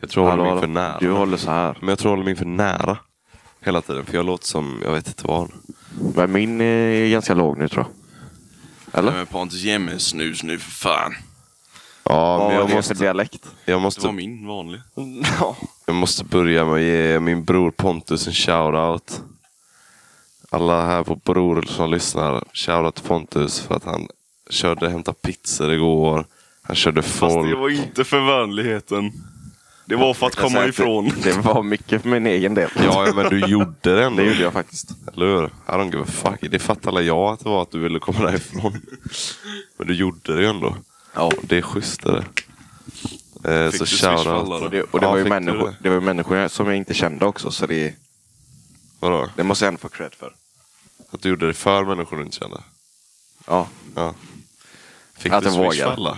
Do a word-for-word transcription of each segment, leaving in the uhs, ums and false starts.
Jag tror jag Hallå, håller mig för nära. Du håller så här. Men jag tror jag håller mig för nära hela tiden. För jag låter som, jag vet inte vad. Men min är ganska låg nu, tror jag. Eller? Nej, men Pontus, ge mig en snus nu för fan. Ja, Vad men är jag det måste, för dialekt? jag Det var måste, min vanliga. Ja. jag måste börja med att ge min bror Pontus en shoutout. Alla här på Bror som lyssnar, shoutout till Pontus för att han körde hämta pizzor igår. Han körde Fast folk. det var inte för vänligheten. Det var för att Jag komma säger att ifrån. Det, det var mycket för min egen del. Ja, ja, men du gjorde det ändå. Det gjorde jag faktiskt. Eller hur? I don't give a fuck. Det fattar alla jag att det var att du ville komma därifrån. Men du gjorde det ju ändå. Ja. Det är schysst det. Eh, Fick så du swish för alla shoutout. då? Och det, och det, Ja, var ju fick du människor, det? det var ju människor som jag inte kände också. Så det, Vadå? det måste jag ändå få cred för. Att du gjorde det för människor du inte kände? Ja. Ja. Fick Att du jag swish vågar. för alla?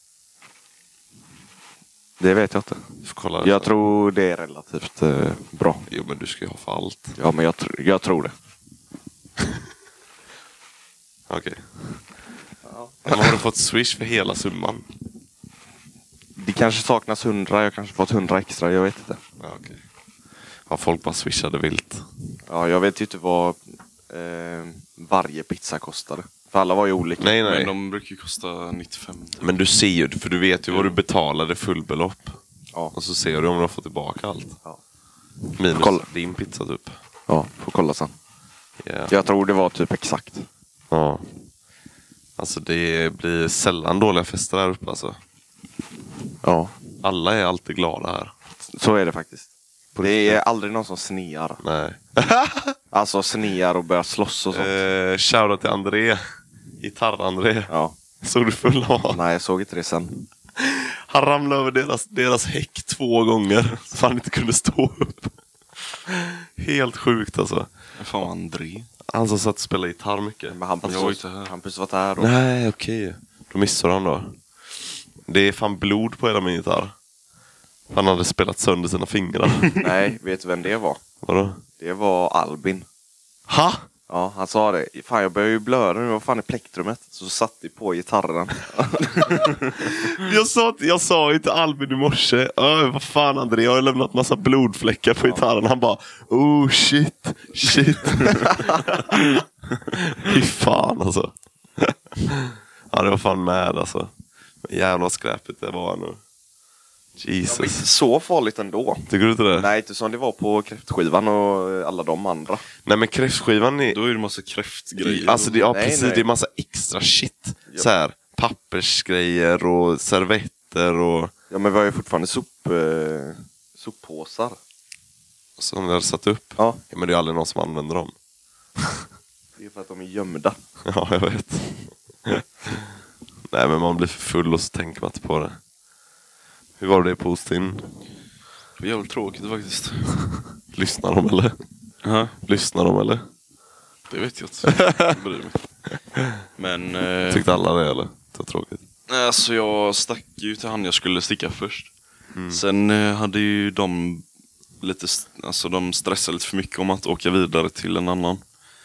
Det vet jag inte. Du får kolla det Jag sen. tror det är relativt eh, bra. Jo, men du ska ju ha för allt. Ja, men jag, tr- jag tror det. Okej. Men har du fått swish för hela summan? Det kanske saknas hundra. Jag kanske fått hundra extra. Jag vet inte. Ja, okej. Ja, folk bara swishade vilt. Ja, jag vet ju inte vad eh, varje pizza kostade. För alla var ju olika. Nej, Men nej. de brukar ju kosta nittiofem. Men du ser ju, för du vet ju vad du betalade fullbelopp. Ja. Och så ser du om du har fått tillbaka allt. Ja. Minus Kolla. din pizza typ. Ja, får kolla sen. Yeah. Jag tror det var typ exakt. Ja. Alltså det blir sällan dåliga fester där uppe alltså. Ja, Alla är alltid glada här. så är det faktiskt. Det är aldrig någon som snear. Nej. Alltså snear och börjar slåss och sånt. eh, Shoutout till André. Gitarr-André. Ja. Såg du full av? Nej, jag såg inte det sen. Han ramlade över deras, deras häck två gånger. Så han inte kunde stå upp. Helt sjukt alltså. Fan, André. Han som satt och spelade gitarr mycket. Men han Jag var inte här. Han precis varit här. Och... Nej, okej. Då missade han då. Det är fan blod på hela min gitarr. Han hade spelat sönder sina fingrar. Nej, vet du vem det var? Vadå? Det var Albin. Ha? Ja, han sa det. Fan, jag börjar ju blöda nu. Vad fan är plektrumet? Så satt vi på gitarren. Jag sa, jag sa ju till Albin i morse. Öh, vad fan André, jag har lämnat massa blodfläckar på gitarren. Han bara, oh shit, shit. Fy fan alltså. Ja, det var fan med alltså. Jävla skräpigt det var nu. Jesus. Inte så farligt ändå. Tycker du inte det? Nej, Nej, inte som det var på kräftskivan och alla de andra. Nej men kräftskivan är... Då är det massa kräftgrejer. Alltså det, ja, Nej, precis, nej. det är massa extra shit. Ja. Så här, pappersgrejer och servetter och... Ja, men vi har ju fortfarande sop, eh, soppåsar. Som vi hade satt upp. Ja, Ja, men det är aldrig någon som använder dem. det är för att de är gömda. Ja, jag vet. Nej, men man blir för full och så tänker man inte på det. Hur var det på Ostin? Det var jävligt tråkigt faktiskt. Lyssnar de eller? Ja, Lyssnar de eller? det vet jag inte. Jag bryr mig. Men... Eh, Tyckte alla det eller? Det var tråkigt. alltså jag stack ju till han jag skulle sticka först. Sen eh, hade ju de lite... st- Alltså de stressade lite för mycket om att åka vidare till en annan.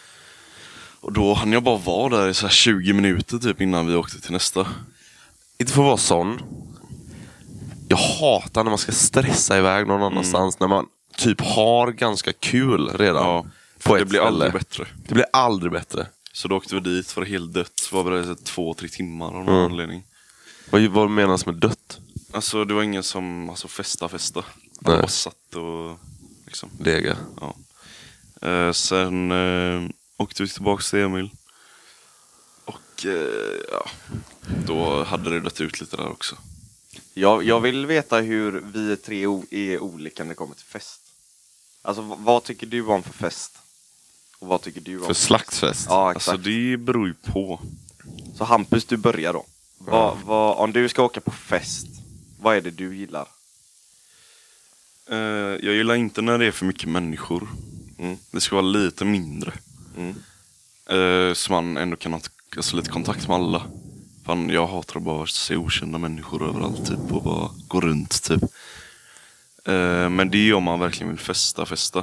Och då hann jag bara vara där i så här tjugo minuter typ innan vi åkte till nästa. Inte för att vara sån. Jag hatar när man ska stressa iväg någon annanstans. När man typ har ganska kul redan. Ja, på det ett blir ställe. aldrig bättre. Det blir aldrig bättre. Så då åkte vi dit, var det helt dött. Var det så här två, tre timmar av någon Mm. anledning. Vad, vad menas med dött? Alltså det var ingen som alltså, festa, festa. Nej. Alla bara satt och liksom. Dega. Ja. Eh, sen eh, åkte vi tillbaka till Emil. Och eh, ja, då hade det dött ut lite där också. Jag, jag vill veta hur vi tre o- är olika när det kommer till fest. Alltså, v- vad tycker du om för fest? Och vad tycker du om För slaktfest. Ja, exakt. Alltså det beror ju på. Så Hampus, du börjar då. Vad, vad, om du ska åka på fest, vad är det du gillar? Eh, jag gillar inte när det är för mycket människor. Mm. Det ska vara lite mindre. Mm. Eh, så man ändå kan ha alltså, lite kontakt med alla. Fan, jag hatar att bara se okända människor överallt typ, och bara gå runt typ. Eh, men det är om man verkligen vill festa, festa.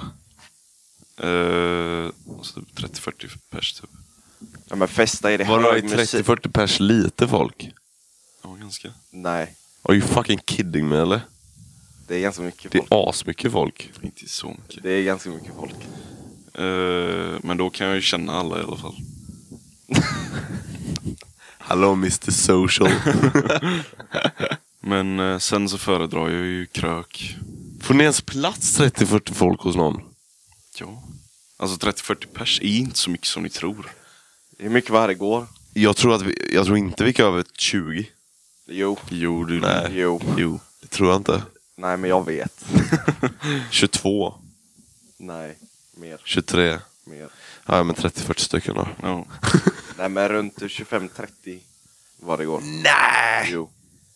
Eh, alltså, typ trettio fyrtio pers typ. Ja, men festa är det Vadå, hög är trettio musik? fyrtio pers lite folk? Ja, ganska. Nej. Are you fucking kidding me eller? Det är ganska mycket Det folk. är asmycket folk. Inte så mycket. Det är ganska mycket folk. Eh, men då kan jag ju känna alla i alla fall. Hallå mister Social. Men eh, sen så föredrar jag ju krök. Får ni ens plats trettio till fyrtio folk hos någon? Ja. Alltså trettio till fyrtio pers är inte så mycket som ni tror. Hur mycket var det igår? Jag tror, att vi, jag tror inte vi kan över tjugo. Jo. Jo, du. Nej. Jo. Jo. Det tror jag inte. Nej, men jag vet. tjugotvå. Nej, mer. tjugotre. mer. Ja, men trettio till fyrtio stycken då. Ja. Nej, men runt tjugofem till trettio var det igår. Nej! Jo.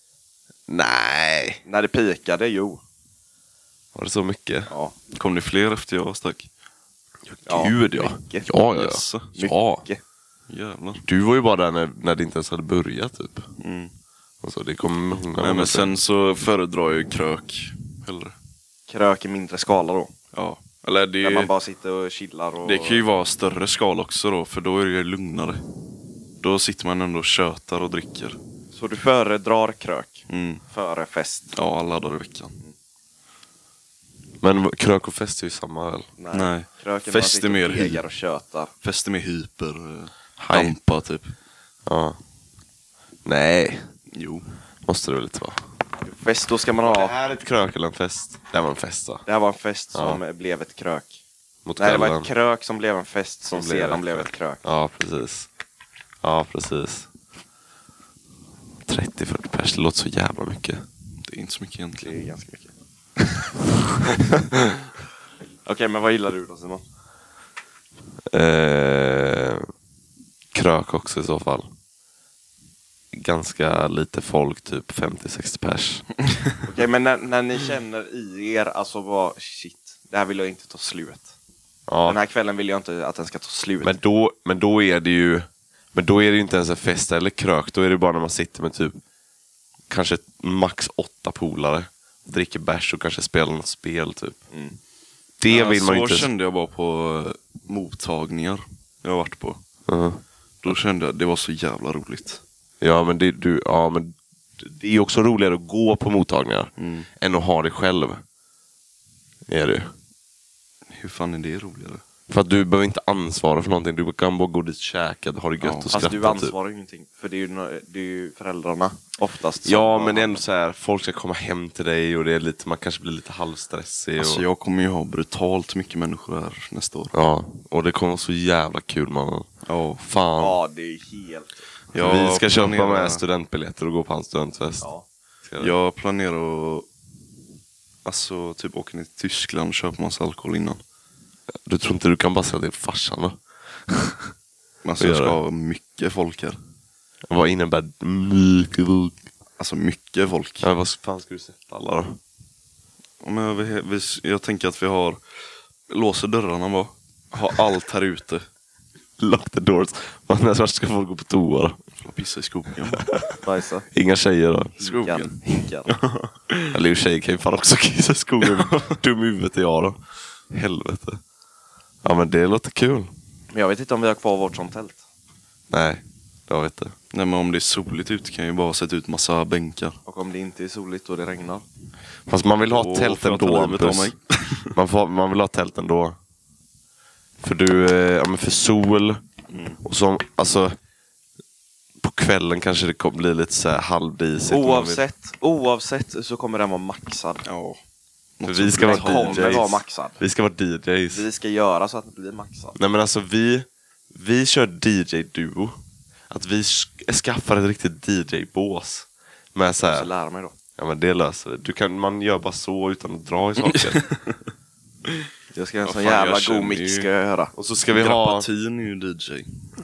Nej! När det pikade, jo. Var det så mycket? Ja. Kom det fler efter jag stack? Ja, Gud ja. mycket. Ja, ja, Yes. ja. ja. Mycket. Jävlar. Du var ju bara där när, när det inte ens hade börjat typ. Mm. Alltså, det kom många. Nej, men sen så föredrar jag ju krök hellre. Krök i mindre skala då. Ja. Eller det, Där man bara sitter och chillar och... det kan ju vara större skal också då, för då är det ju lugnare. Då sitter man ändå och tjötar och dricker. Så du föredrar krök Mm. före fest? Ja, alla dagar i veckan. Men krök och fest är ju samma väl? Nej. Nej. Kröken Fest bara sitter är mer och hy- fegar och tjötar. Fest är med hyper, eh, Hej. dampa typ. Ja. Nej, Jo. måste det väl inte vara. Fest, då ska man Det ha... här är ett krök eller en fest? Det här var en fest va? Det här var en fest som Ja. blev ett krök. Mot Nej, det var kvällen. ett krök som blev en fest som, Som blev sedan ett blev krök. ett krök. Ja, precis. Ja, precis. trettio till fyrtio pers, det låter så jävla mycket. Det är inte så mycket Det egentligen. är ganska mycket. Okej, men vad gillar du då, Simon? Eh, krök också i så fall. Ganska lite folk, typ femtio till sextio pers. Okej, men när, när ni känner i er, alltså vad, shit, det här vill jag inte ta slut. Ja. Den här kvällen vill jag inte att den ska ta slut. Men då, men då är det ju Men då är det ju inte ens en fest eller krök. Då är det bara när man sitter med typ kanske max åtta polare, dricker bärs och kanske spelar något spel typ. Mm. Det Ja, vill man ju så inte. kände jag bara på eh, mottagningar jag har varit på. Ja. Då kände jag att det var så jävla roligt. Ja men det, du, ja, men det är ju också roligare att gå på mottagningar Mm. än att ha det själv. Är det ju. Hur fan är det roligare? För att du behöver inte ansvara för någonting. Du kan bara gå dit och käka, ha det gött Ja, och Fast skratta du typ. ansvarar ju ingenting. För det är ju, nå- det är ju föräldrarna oftast. som- Ja, men det är ändå så här, folk ska komma hem till dig och det är lite, man kanske blir lite halvstressig. Alltså och, jag kommer ju ha brutalt mycket människor här nästa år. Ja, och det kommer vara så jävla kul man. Ja. Fan. Ja, det är helt... Jag Vi ska köpa planerar- med studentbiljetter och gå på hans studentfest. Ja. Ska jag- Jag planerar att alltså typ åka ner till Tyskland och köpa massa alkohol innan. Du tror inte du kan bara säga till farsan då? Alltså jag Gör ska det. ha mycket folk här. Vad innebär mycket folk? Alltså mycket folk. Ja, vad fan ska du sätta alla då? Men vi, vi, jag tänker att vi har låser dörrarna bara. Ha allt här ute. Lock the doors. När vart ska folk gå på toa då? Och pissa i skogen. Bajsa. Inga tjejer då? Skogen. Hinkar. Eller ju tjejer kan ju fan också kissa i skogen. Dum i huvudet är jag då. Helvete. Ja men det låter kul. Men jag vet inte om vi har kvar vårt som tält. Nej, det har vi inte. Nej men om det är soligt ute kan jag ju bara sätta ut massa bänkar. Och om det inte är soligt och det regnar. Fast man vill ha Då tält får jag ta ändå, livet av Hampus. mig. man, får, man vill ha tält ändå. För du, eh, ja men för sol. Och så, alltså. På kvällen kanske det kommer bli lite så här halvdisigt. Oavsett, oavsett så kommer den vara maxad. Ja. För vi ska Den vara kommer D Js. vara maxad. Vi ska vara D Js. Vi ska göra så att den blir maxad. Nej men alltså vi, vi kör D J-duo. Att vi sk- skaffar ett riktigt D J-bås. Med så Jag ska här, lära mig då. ja men det löser det. Du kan, man gör bara så utan att dra i saker. Jag ska ha en Ja, sån fan, jag jävla känner god mix ju- ska jag göra. Och så ska vi ha... Grappatin är ju D J.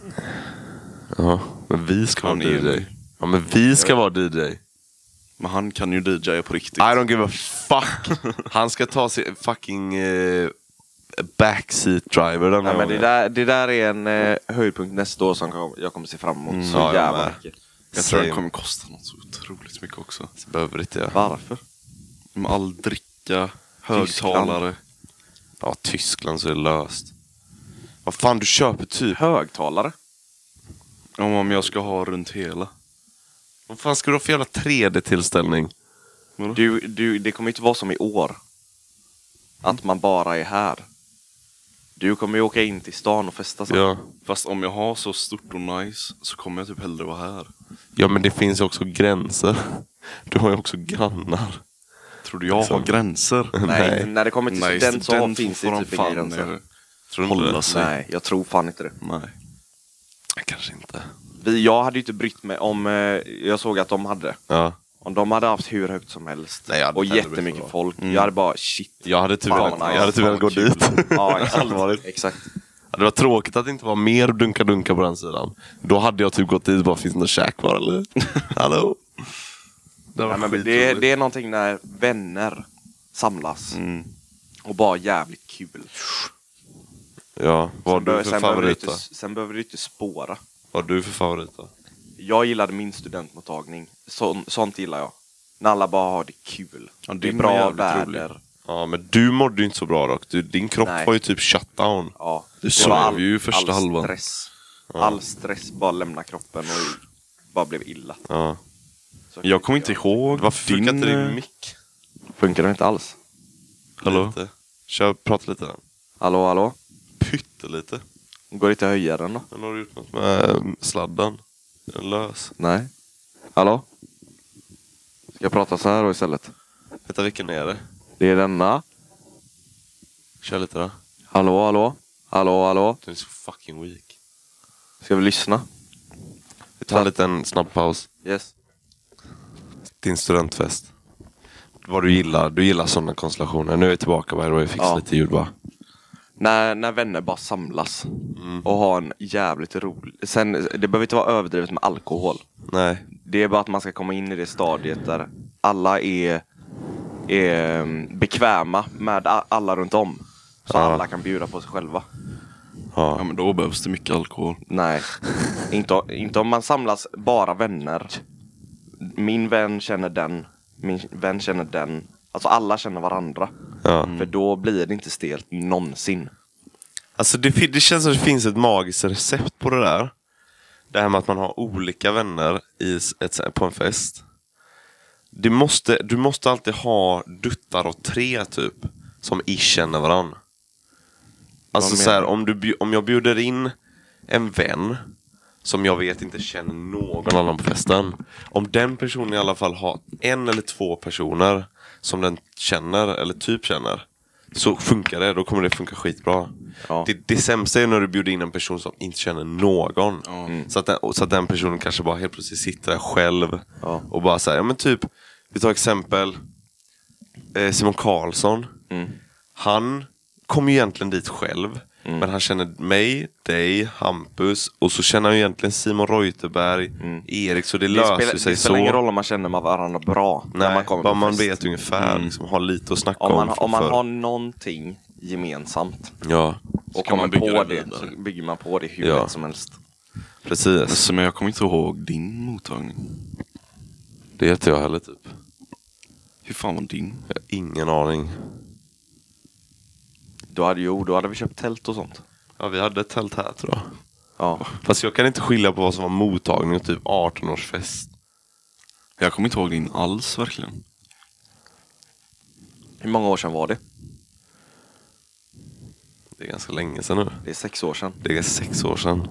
Ja, men vi ska Han vara är D J. ju- Ja men vi ska vara D J. Men han kan ju D J på riktigt. I don't give a fuck. Han ska ta sin fucking eh, backseat driver den här Nej, men det, gången. där, det där är en eh, höjdpunkt nästa år som kom- jag kommer se fram emot. Mm, så ja, jag jävla med. mycket. Jag tror Same. det kommer kosta något så otroligt mycket också. Så behöver inte jag. Varför? Med all dricka, högtalare. Ja, Tyskland så är det löst. Vad fan, du köper typ... Högtalare? Om om jag ska ha runt hela. Vad fan ska du ha för jävla tre D-tillställning? Vadå? Du, du, det kommer inte vara som i år. Att man bara är här. Du kommer ju åka in till stan och festa sen. Ja. Fast om jag har så stort och nice så kommer jag typ hellre vara här. Ja, men det finns ju också gränser. Du har ju också grannar. Tror du jag Liksom. har gränser? Nej, när det kommer till Nej, student så student finns får det de typ inga fan gränser. ner- Tror du inte hålla det? sig. Nej, jag tror fan inte det. Nej. Kanske inte. Vi, jag hade ju inte brytt mig om eh, jag såg att de hade. Ja. Om de hade haft hur högt som helst. Nej, jag hade och inte heller jättemycket brytt mig. folk. Mm. Jag hade bara shit. Jag hade typ Fan, velat, vad nice. jag hade typ Fan, velat gå vad kul. dit. Ja, exakt. Allvarligt. Exakt. Ja, det var tråkigt att det inte var mer dunka-dunka på den sidan. Då hade jag typ gått dit och bara, finns det något käk kvar eller? Hallå? Det, Ja, men det, det är någonting när vänner samlas. Mm. Och bara jävligt kul. Ja, vad har Sen du bör- för sen behöver du favorit inte, då? sen behöver du inte spåra. Vad har du för favorit då? Jag gillade min studentmottagning. Så, sånt gillar jag. När alla bara har det kul. Ja, det är din var bra jävligt väder. Ja, men du mådde ju inte så bra dock. Du, din kropp Nej. var ju typ shut down. Ja, Du det sov var all- ju första all halvan. Stress. All stress bara lämna kroppen och bara blev illa. Ja. Så Jag kommer inte ihåg Varför funkar inte eh, din mick? Funkar det inte alls? Hallå? Lite. Kör, prata lite där. Hallå, hallå? Pyttelite. Går det inte att höja den då? Men har du gjort något med äh, sladden? Är den lös? Nej. Hallå? Ska jag prata så här då istället? Vänta, vilken är det? Det är denna. Kör lite då. Hallå, hallå? Hallå, hallå? Den är så fucking weak. Ska vi lyssna? Vi tar en liten snabb paus. Yes. Din studentfest. Vad du gillar. Du gillar sådana konstellationer. Nu är jag tillbaka. Vad är det? Jag fixar Ja. lite ljud bara. När, när vänner bara samlas Mm. och har en jävligt rolig... Sen, det behöver inte vara överdrivet med alkohol. Nej. Det är bara att man ska komma in i det stadiet där alla är, är mm, bekväma med a- alla runt om. Så Ja. alla kan bjuda på sig själva. Ja Ja. men då behövs det mycket alkohol. Nej, inte, inte om man samlas bara vänner. Min vän känner den, min vän känner den. Alltså alla känner varandra. Ja. För då blir det inte stelt någonsin. Alltså det, fi- det känns som att det finns ett magiskt recept på det där. Det här med att man har olika vänner i s- ett, på en fest. Det måste, du måste alltid ha duttar och tre typ. Som ish känner varandra. Alltså Vad så här, menar du? om, du, bju- om jag bjuder in en vän som jag vet inte känner någon annan på festen. Om den personen i alla fall har en eller två personer som den känner eller typ känner, så funkar det. Då kommer det funka skitbra. Ja. Det, det sämsta är när du bjuder in en person som inte känner någon. Mm. Så, att den, så att den personen kanske bara helt plötsligt sitter där själv. Ja. Och bara säger, ja men typ, vi tar exempel eh, Simon Karlsson. Mm. Han kom ju egentligen dit själv. Mm. Men han känner mig, dig, Hampus. Och så känner han ju egentligen Simon Reuterberg, Mm. Erik. Så det, Det löser spelar, sig det spelar så. ingen roll om man känner med varandra bra. Nej, när man kommer bara på man fest. vet ungefär. Mm. Liksom, har lite att snacka Om man, om. om man för- har någonting gemensamt Ja, och kan man kommer bygga på det det, vidare. så bygger man på det hur Ja. lätt som helst. precis. Men jag kommer inte ihåg din mottagning. Det heter jag heller typ. Hur fan var din? Jag har ingen aning. Då hade, jo, då hade vi köpt tält och sånt. Ja, vi hade ett tält här tror jag. Ja. Fast jag kan inte skilja på vad som var mottagning och typ arton-årsfest. Jag kommer inte ihåg din alls verkligen. Hur många år sedan var det? Det är ganska länge sedan nu. Det är sex år sedan. Det är sex år sedan.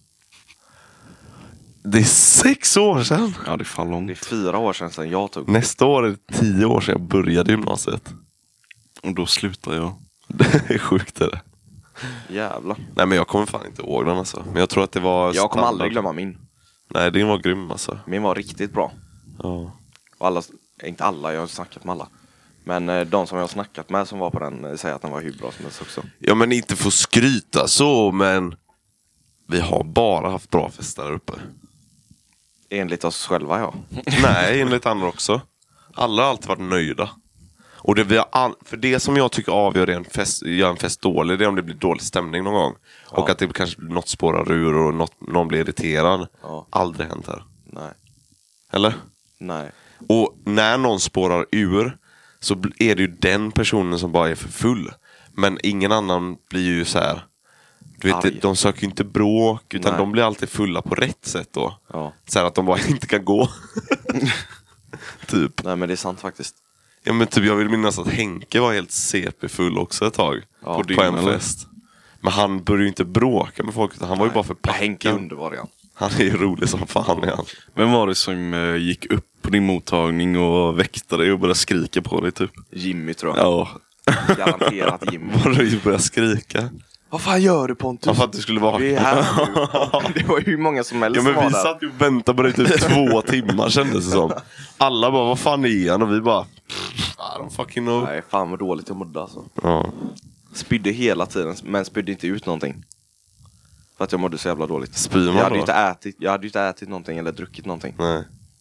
Det är sex år sedan! Ja det är fan Det är långt. fyra år sedan sedan jag tog. Nästa år är det tio år sedan jag började gymnasiet. Och då slutar jag. Det är sjukt är det. Jävlar. Nej men jag kommer fan inte ihåg den alltså. Men jag tror att det var Jag kommer standard. aldrig glömma min. Nej, din var grym alltså. Min var riktigt bra. Ja. Och alla, inte alla, jag har snackat med alla. Men eh, de som jag har snackat med som var på den eh, säger att den var hur bra som helst också. Ja men inte få skryta så, men vi har bara haft bra fester där uppe. Enligt oss själva, ja. Nej, enligt andra också. Alla har alltid varit nöjda. Och det vi har all... För det som jag tycker avgör en fest, gör en fest dålig, det är om det blir dålig stämning någon gång. Ja. Och att det kanske något spårar ur och något, någon blir irriterad. Ja. Aldrig hänt här. Nej. Eller? Nej. Och när någon spårar ur så bl- är det ju den personen som bara är för full. Men ingen annan blir ju så här. Du vet, Arg. de söker ju inte bråk, utan Nej. de blir alltid fulla på rätt sätt då. Ja. Så här att de bara inte kan gå. Typ. Nej men det är sant faktiskt. Ja men typ jag vill minnas att Henke var helt C P-full också ett tag. Ja, på, på en fest. Men han började ju inte bråka med folk utan han var ju bara för Men Henke är packad. underbar igen. Han är ju rolig som fan igen. Vem var det som eh, gick upp på din mottagning och väckte dig och började skrika på dig typ? Jimmy tror jag. Ja. Garanterat Jimmy. Var du ju började skrika? Vad fan gör du Pontus? Ja, för att du skulle vara... Vi är här nu. Det var ju hur många som helst Ja men som var vi där. satt ju och väntade på dig typ två timmar kändes det som. Alla bara, vad fan är han? Och vi bara, I don't fucking know. Nej fan vad dåligt jag mådde alltså. Ja. Spydde hela tiden men spydde inte ut någonting. För att jag mådde så jävla dåligt. Spyr man jag hade då? ju inte ätit, jag hade ju inte ätit någonting eller druckit någonting. Nej.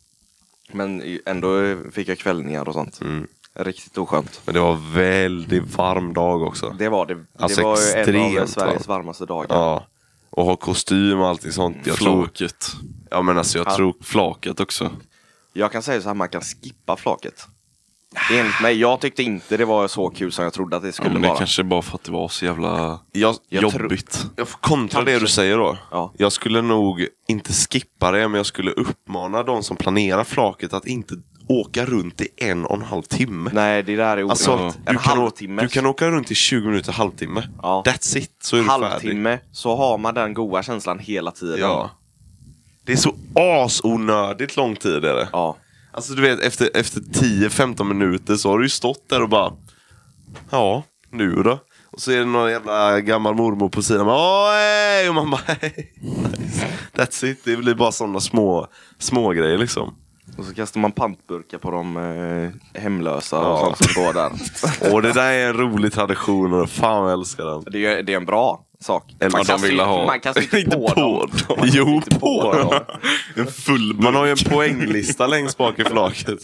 Men ändå fick jag kvällningar och sånt. Mm. Riktigt oskönt. Men det var väldigt varm dag också. Det var det. Alltså det var ju en av extremt Sveriges varm. varmaste dagar. Ja. Och ha kostym och allting sånt. Jag tror... Flaket. Ja men alltså jag Ja. tror... Flaket också. Jag kan säga så här, man kan skippa flaket. Enligt mig, jag tyckte inte det var så kul som jag trodde att det Ja, skulle men det vara. kanske bara för att det var så jävla Jag, Jag jobbigt. jag får kontra det Kanske. du säger då. Ja. Jag skulle nog inte skippa det, men jag skulle uppmana de som planerar flaket att inte åka runt i en och en halv timme. Nej, det där är Alltså, orimligt. du, En kan å- halvtimme. du kan åka runt i tjugo minuter, halvtimme. Ja. That's it, så är du färdig. halvtimme så har man den goda känslan hela tiden. Ja. Det är så asonödigt lång tid är det. Ja. Alltså du vet, efter, efter tio femton minuter så har du ju stått där och bara, ja, nu då? Och så är det någon jävla gammal mormor på sidan. Åh, hej! Och man bara, hej. Nice. That's it. Det blir bara sådana små, små grejer liksom. Och så kastar man pantburkar på de eh, hemlösa Ja. och sånt som går där. Och det där är en rolig tradition och fan jag älskar den. Det är, det är en bra sak. Eller man de kastar vill ju- ha- Man kastar inte på, dem. dem. Man kastar Jo, inte på dem. En full Man har ju en poänglista längst bak i flaket.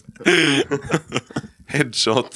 Headshot.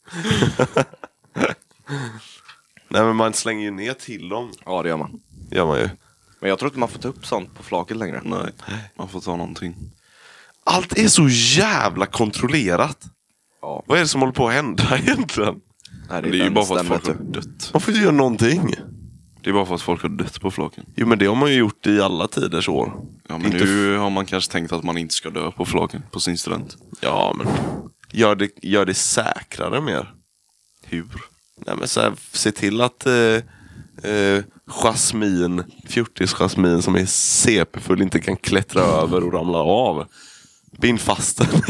Nej men man slänger ju ner till dem. Ja, det gör man. Gör man ju. Men jag tror inte man får ta upp sånt på flaket längre. Nej, man får ta någonting. Allt är så jävla kontrollerat. Ja. Vad är det som håller på att hända egentligen? Nej, Det är ju bara för att stämmer, folk har typ. dött. Man får inte göra någonting. Det är bara för att folk har dött på flaken. Jo men det har man ju gjort i alla tiders år. Ja, men Inte nu har man kanske tänkt att man inte ska dö på flaken på sin student. Ja men gör det, gör det säkrare mer. Hur? Nej men så här, se till att eh, eh, Jasmin, fjortis Jasmin som är C P-full inte kan klättra över och ramla av. Bind fast den.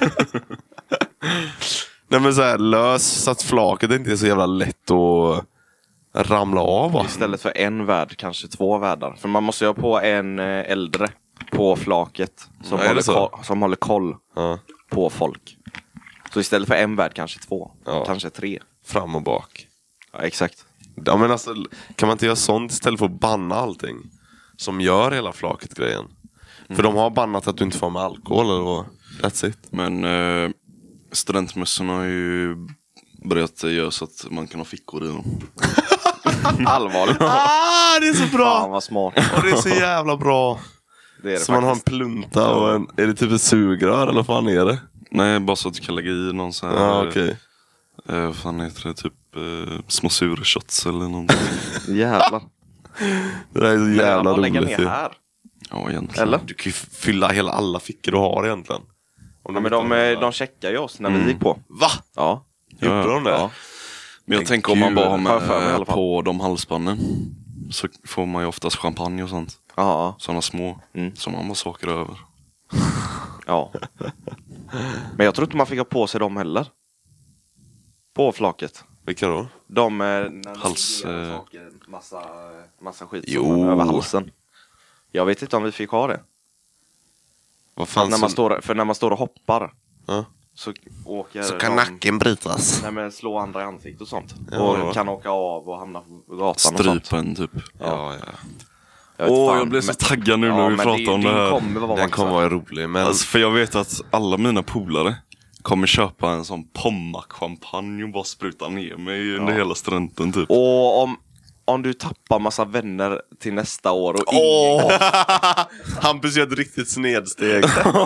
Nej men så här, lös så att flaket inte är så jävla lätt att ramla av va? Istället för en värd, kanske två värdar. För man måste ju ha på en eh, äldre på flaket som, Ja, är det håller, så? koll, som håller koll Ja, på folk. Så istället för en värd, kanske två. Ja. Kanske tre. fram och bak. Ja, exakt. Ja men alltså, kan man inte göra sånt istället för att banna allting? Som gör hela flaket-grejen. För de har bannat att du inte får med alkohol eller vad? That's it. Men eh, studentmössorna har ju börjat göra så att man kan ha fickor i dem. Allvarligt. Ah, det är så Fan bra! vad smart. Och det är så jävla bra. Det är det Så man har en faktiskt. plunta och en... Är det typ ett sugrör eller vad fan är det? Nej, bara så att du kan lägga i någon sån här... Ja okej. eh, vad fan heter det? Typ eh, små surshots eller någonting. Jävlar. Det där är så Men jävla man lägger roligt ner ju. här. Ja, egentligen. Eller? Du kan ju fylla hela alla fickor du har egentligen. Om Ja, men de, eh, de checkar ju oss när vi gick på. Va? Ja. Gjorde Ja, de det? ja. Men jag Men tänker om man bara har har jag för mig i med alla fall. på de halsbanden så får man ju oftast champagne och sånt. Ja. Sådana små Mm. som man bara sakar över. Ja. Men jag tror inte man fick ha på sig dem heller. På flaket. Vilka då? De eh, när de Hals, ger eh, saker, massa, massa skit Jo. som över halsen. Jag vet inte om vi fick ha det. Vad För fan när, man så... står, för när man står och hoppar Ja. så åker Så kan de, nacken brytas. nej, men slå andra i ansiktet och sånt. Ja. Och kan åka av och hamna på gatan och sånt. Strypa en typ. Ja, ja. Jag vet Åh, fan, jag blev så men- taggad nu när ja, vi men pratar om det din här. Kommer vara Den kommer vara rolig, men... Alltså, för jag vet att alla mina polare kommer köpa en sån Pommac-champagne och bara spruta ner mig under hela studenten typ. Och om, om du tappar massa vänner till nästa år och ingen Åh! Hampus gör ett riktigt snedsteg.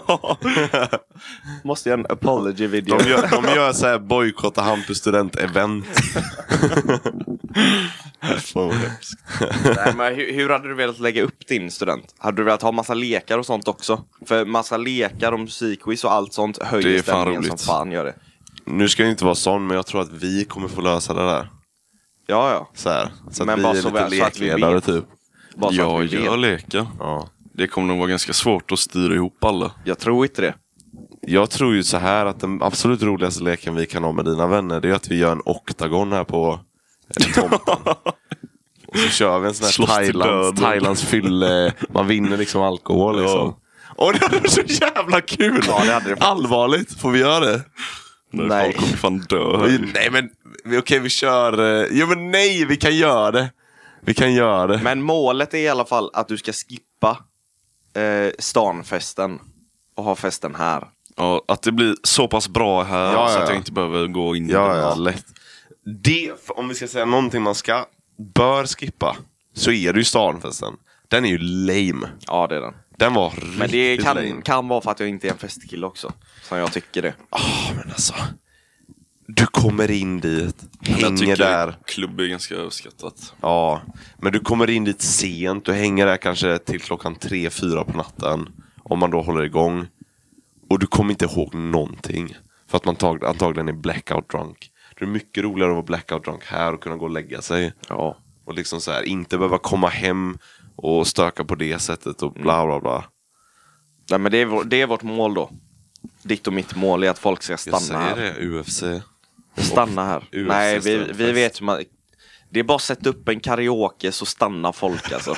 måste göra en apology video. De gör, de gör så här bojkotta Hampus student-event. Fan vad hemskt. Nej, men hur, hur hade du velat lägga upp din student? Hade du velat ha massa lekar och sånt också? För massa lekar och musikquiz och allt sånt höjer Det är fan stämningen som roligt. fan gör det. Nu ska jag inte vara sån, men jag tror att vi kommer få lösa det där. Ja, ja. Så här. Så att Men vi bara är så lite väl- så att vi lekledare vet. typ. Bara så att Ja, vi vet. jag lekar. Ja. Det kommer nog vara ganska svårt att styra ihop alla. Jag tror inte det. Jag tror ju så här att den absolut roligaste leken vi kan ha med dina vänner, det är att vi gör en oktagon här på eh, tomten. Och så kör vi en sån här Slåss till Thailands, döden. Thailands fylle. Man vinner liksom alkohol liksom. Och det hade varit så jävla kul! Ja, det hade det faktiskt. Allvarligt, får vi göra det? Nej. Nej. Folk kommer fan dö. Nej men, vi- okej vi kör... eh, Jo men nej, vi kan göra det. Vi kan göra det. Men målet är i alla fall att du ska skippa eh, stanfesten och ha festen här. Ja, att det blir så pass bra här Ja, så ja, att jag ja. inte behöver gå in i Ja, det. ja, lätt. Det, om vi ska säga någonting man ska, bör skippa, så är det ju stanfesten. Den är ju lame. Ja, det är den. Den var riktigt Men det kan, lame. kan vara för att jag inte är en festkille också. Som jag tycker det. Ah, men alltså. Du kommer in dit, Jag hänger tycker där. klubb är ganska överskattat. Ja, men du kommer in dit sent. Du hänger där kanske till klockan tre, fyra på natten. Om man då håller igång. Och du kommer inte ihåg någonting. För att man tag, antagligen är blackout drunk. Det är mycket roligare att vara blackout drunk här och kunna gå och lägga sig. Ja. Och liksom så här, inte behöva komma hem och stöka på det sättet och bla bla bla. Nej, men det är, vår, det är vårt mål då. Ditt och mitt mål är att folk ska Jag stanna säger här. det, U F C. Stanna här. U F C Nej, vi, vi studentfest. vet hur man... Det är bara att sätta upp en karaoke så stannar folk alltså.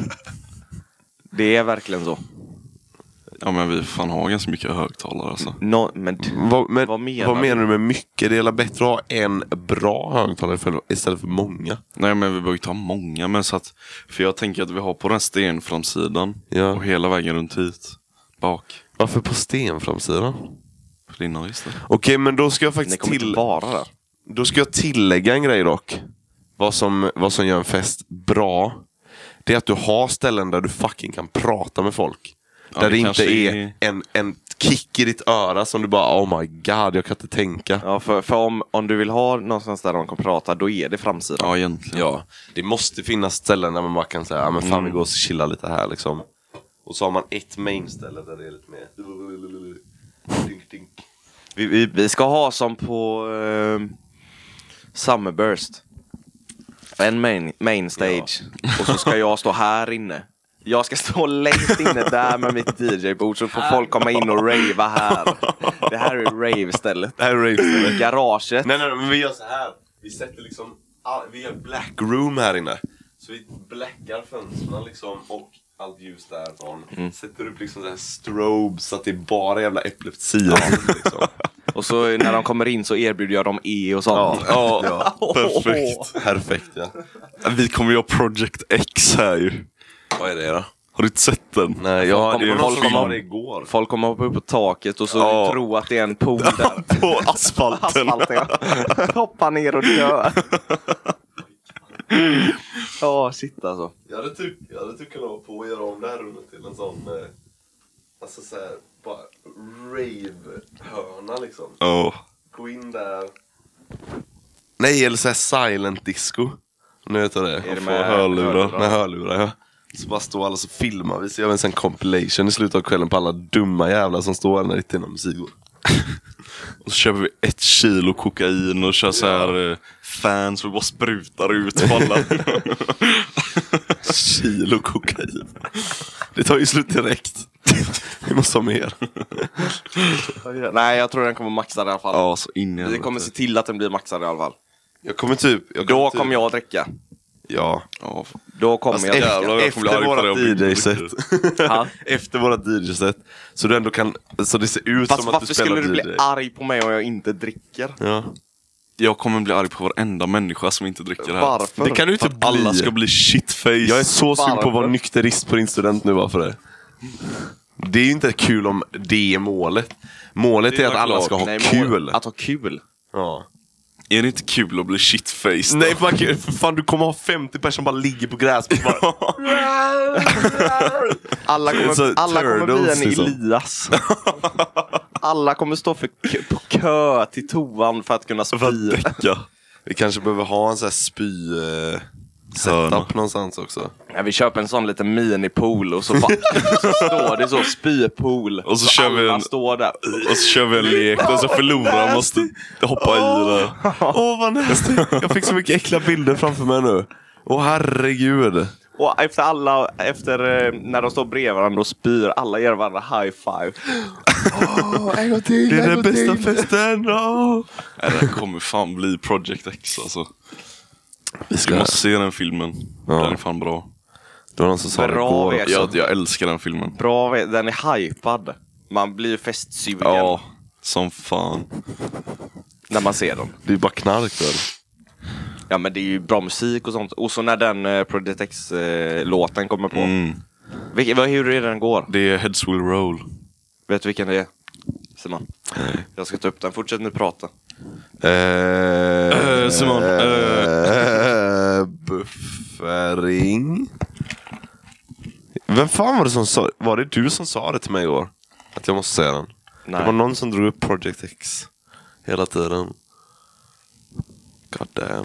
Det är verkligen så. Ja, men vi fan har ganska mycket högtalare alltså. No, men Vad, men, Vad menar vad du? menar du med mycket? Det är bättre att ha en bra högtalare för, istället för många. Nej, men vi behöver inte ha många, men så att, för jag tänker att vi har på den stenframsidan Ja. och hela vägen runt hit bak. Varför på stenframsidan? För innan, just det. Okej, men då ska jag ni faktiskt kommer till, inte vara där. då ska jag tillägga en grej dock. Vad som, vad som gör en fest bra, det är att du har ställen där du fucking kan prata med folk. Ja, där det det inte kanske är är- en, en kick i ditt öra som du bara, oh my god, jag kan inte tänka. Ja, för, för om, om du vill ha någonstans där de kan prata, då är det framsidan. Ja, egentligen. Ja, det måste finnas ställen där man bara kan säga, ja men fan vi går och chillar lite här liksom. Och så har man ett main-ställe där det är lite mer dink, dink. Vi, vi, vi ska ha som på uh, Summerburst. En main, main stage. Och så ska jag stå här inne. Jag ska stå längst inne där med mitt D J-bord, så får folk komma in och ravea här. Det här är rave-stället. Det här är rave. Garaget. Nej, nej, men vi gör så här. Vi sätter liksom, all, vi gör black room här inne. Så vi blackar fönstren liksom och allt ljus därifrån. Mm. Sätter upp liksom så här strobe så att det är bara jävla epilepsi. Liksom. Och så när de kommer in så erbjuder jag dem E och sånt. Ja, ja. Perfekt. Perfekt, ja. Vi kommer ju ha Project X här ju. Vad är det då? Har du inte sett den? Nej, jag Folk det är kommer- någon som folk var kommer- det igår. Folk kommer hoppa upp på taket och så Ja. tro att det är en pool där. På asfalten. Asfalten, ja. Hoppa ner och dö. Ja, oh, shit alltså. Jag hade typ, jag hade typ kunnat vara på och göra om det här rummet till en sån, eh, alltså såhär, bara rave-hörna liksom. Ja. Gå in där. Nej, eller såhär silent disco. Nu vet jag det. Är det Och med få hörlurar? hörlurar? Med hörlurar, ja. Så bara står alla så filmar vi. Så gör vi en sån compilation i slutet av kvällen på alla dumma jävlar som står där ute inom musik går. Och så köper vi ett kilo kokain och kör så här eh, fans och bara sprutar ut på alla. Kilo kokain. Det tar ju slut direkt. Vi måste ha mer. Nej, jag tror den kommer maxad i alla fall. Ja, så in i Vi kommer se till att den blir maxad i alla fall. Jag kommer typ... Jag Då typ, kommer jag att dricka. Ja. Ja, Då kommer Fast jag att jävlar, dricka. jag kommer bli Efter arg på våra det och bli D J-set. Ja. Efter våra D J-set. Så du ändå kan... Så det ser ut Fast som att varför du spelar skulle du D J. bli arg på mig om jag inte dricker? Ja. jag kommer bli arg på varenda människa som inte dricker här. Varför? Det kan du inte För att alla bli. ska bli shitface. Jag är så sugen på att vara Varför? nykterist på din student nu bara för det. Det är ju inte kul om det är målet. Målet Det är är att alla klart. ska ha Nej, kul. mål- Att ha kul. Ja. Är det inte kul att bli shitfaced? Nej, för, för fan, du kommer ha femtio personer som bara ligger på gräs. Bara... Alla kommer, Så alla kommer bli turtles, en liksom. Elias. Alla kommer stå för kö, på kö till toan för att kunna För att spy. däcka. Vi kanske behöver ha en sån här spy... eh, setup någonstans också. Ja, vi köper en sån liten minipool och så, bara, så står det så spypool. Och så kör vi en- står där. Och så kör vi en lek och så förlorar man måste hoppa i det. Åh, oh, vad nästan. Jag fick så mycket äckliga bilder framför mig nu. Åh, oh, herregud. Och efter alla, efter eh, när de står bredvid varandra och spyr, alla ger varandra high five. Oh, en gång till, det är den bästa till. festen. Oh. Det här kommer fan bli Project X alltså. Vi ska... Du måste se den filmen. Ja. Den är fan bra. Det var någon som sa det Bra igår vet också. Jag, jag älskar den filmen. Bra, den är hypad. Man blir festsugen Ja, som fan. när man ser den. Det är bara knark väl? Ja, men det är ju bra musik och sånt. Och så när den eh, Project X-låten eh, kommer på. Mm. Vilke, vad, hur är den går? Det är Heads Will Roll. Vet du vilken det är? Simon. Jag ska ta upp den. Fortsätt nu prata. Eh, Simon, eh, buffering. Vem fan var det som sa? Var det du som sa det till mig igår? Att jag måste säga den. Nej. Det var någon som drog upp Project X hela tiden. God damn.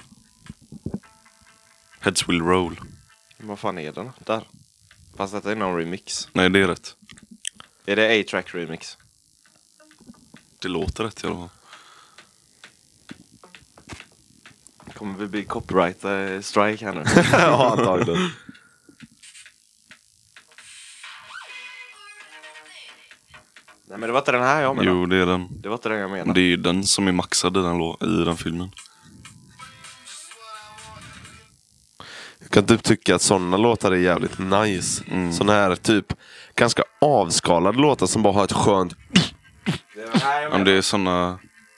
Heads Will Roll. Vad fan är den? Där. Fast detta är någon remix. Nej, det är rätt. Är det A-Track remix? Det låter rätt i alla fall. Kommer vi bli copyright eh, strike här nu? Ja, antagligen. Nej, men det var inte den här jag menade. Jo, det är den. Det var inte den jag menade. Det är den som är maxad i den, lå- i den filmen. Jag kan typ tycka att sådana låtar är jävligt nice. Mm. Sådana här typ ganska avskalade låtar som bara har ett skönt... Det är den här jag Om menade. det är såna...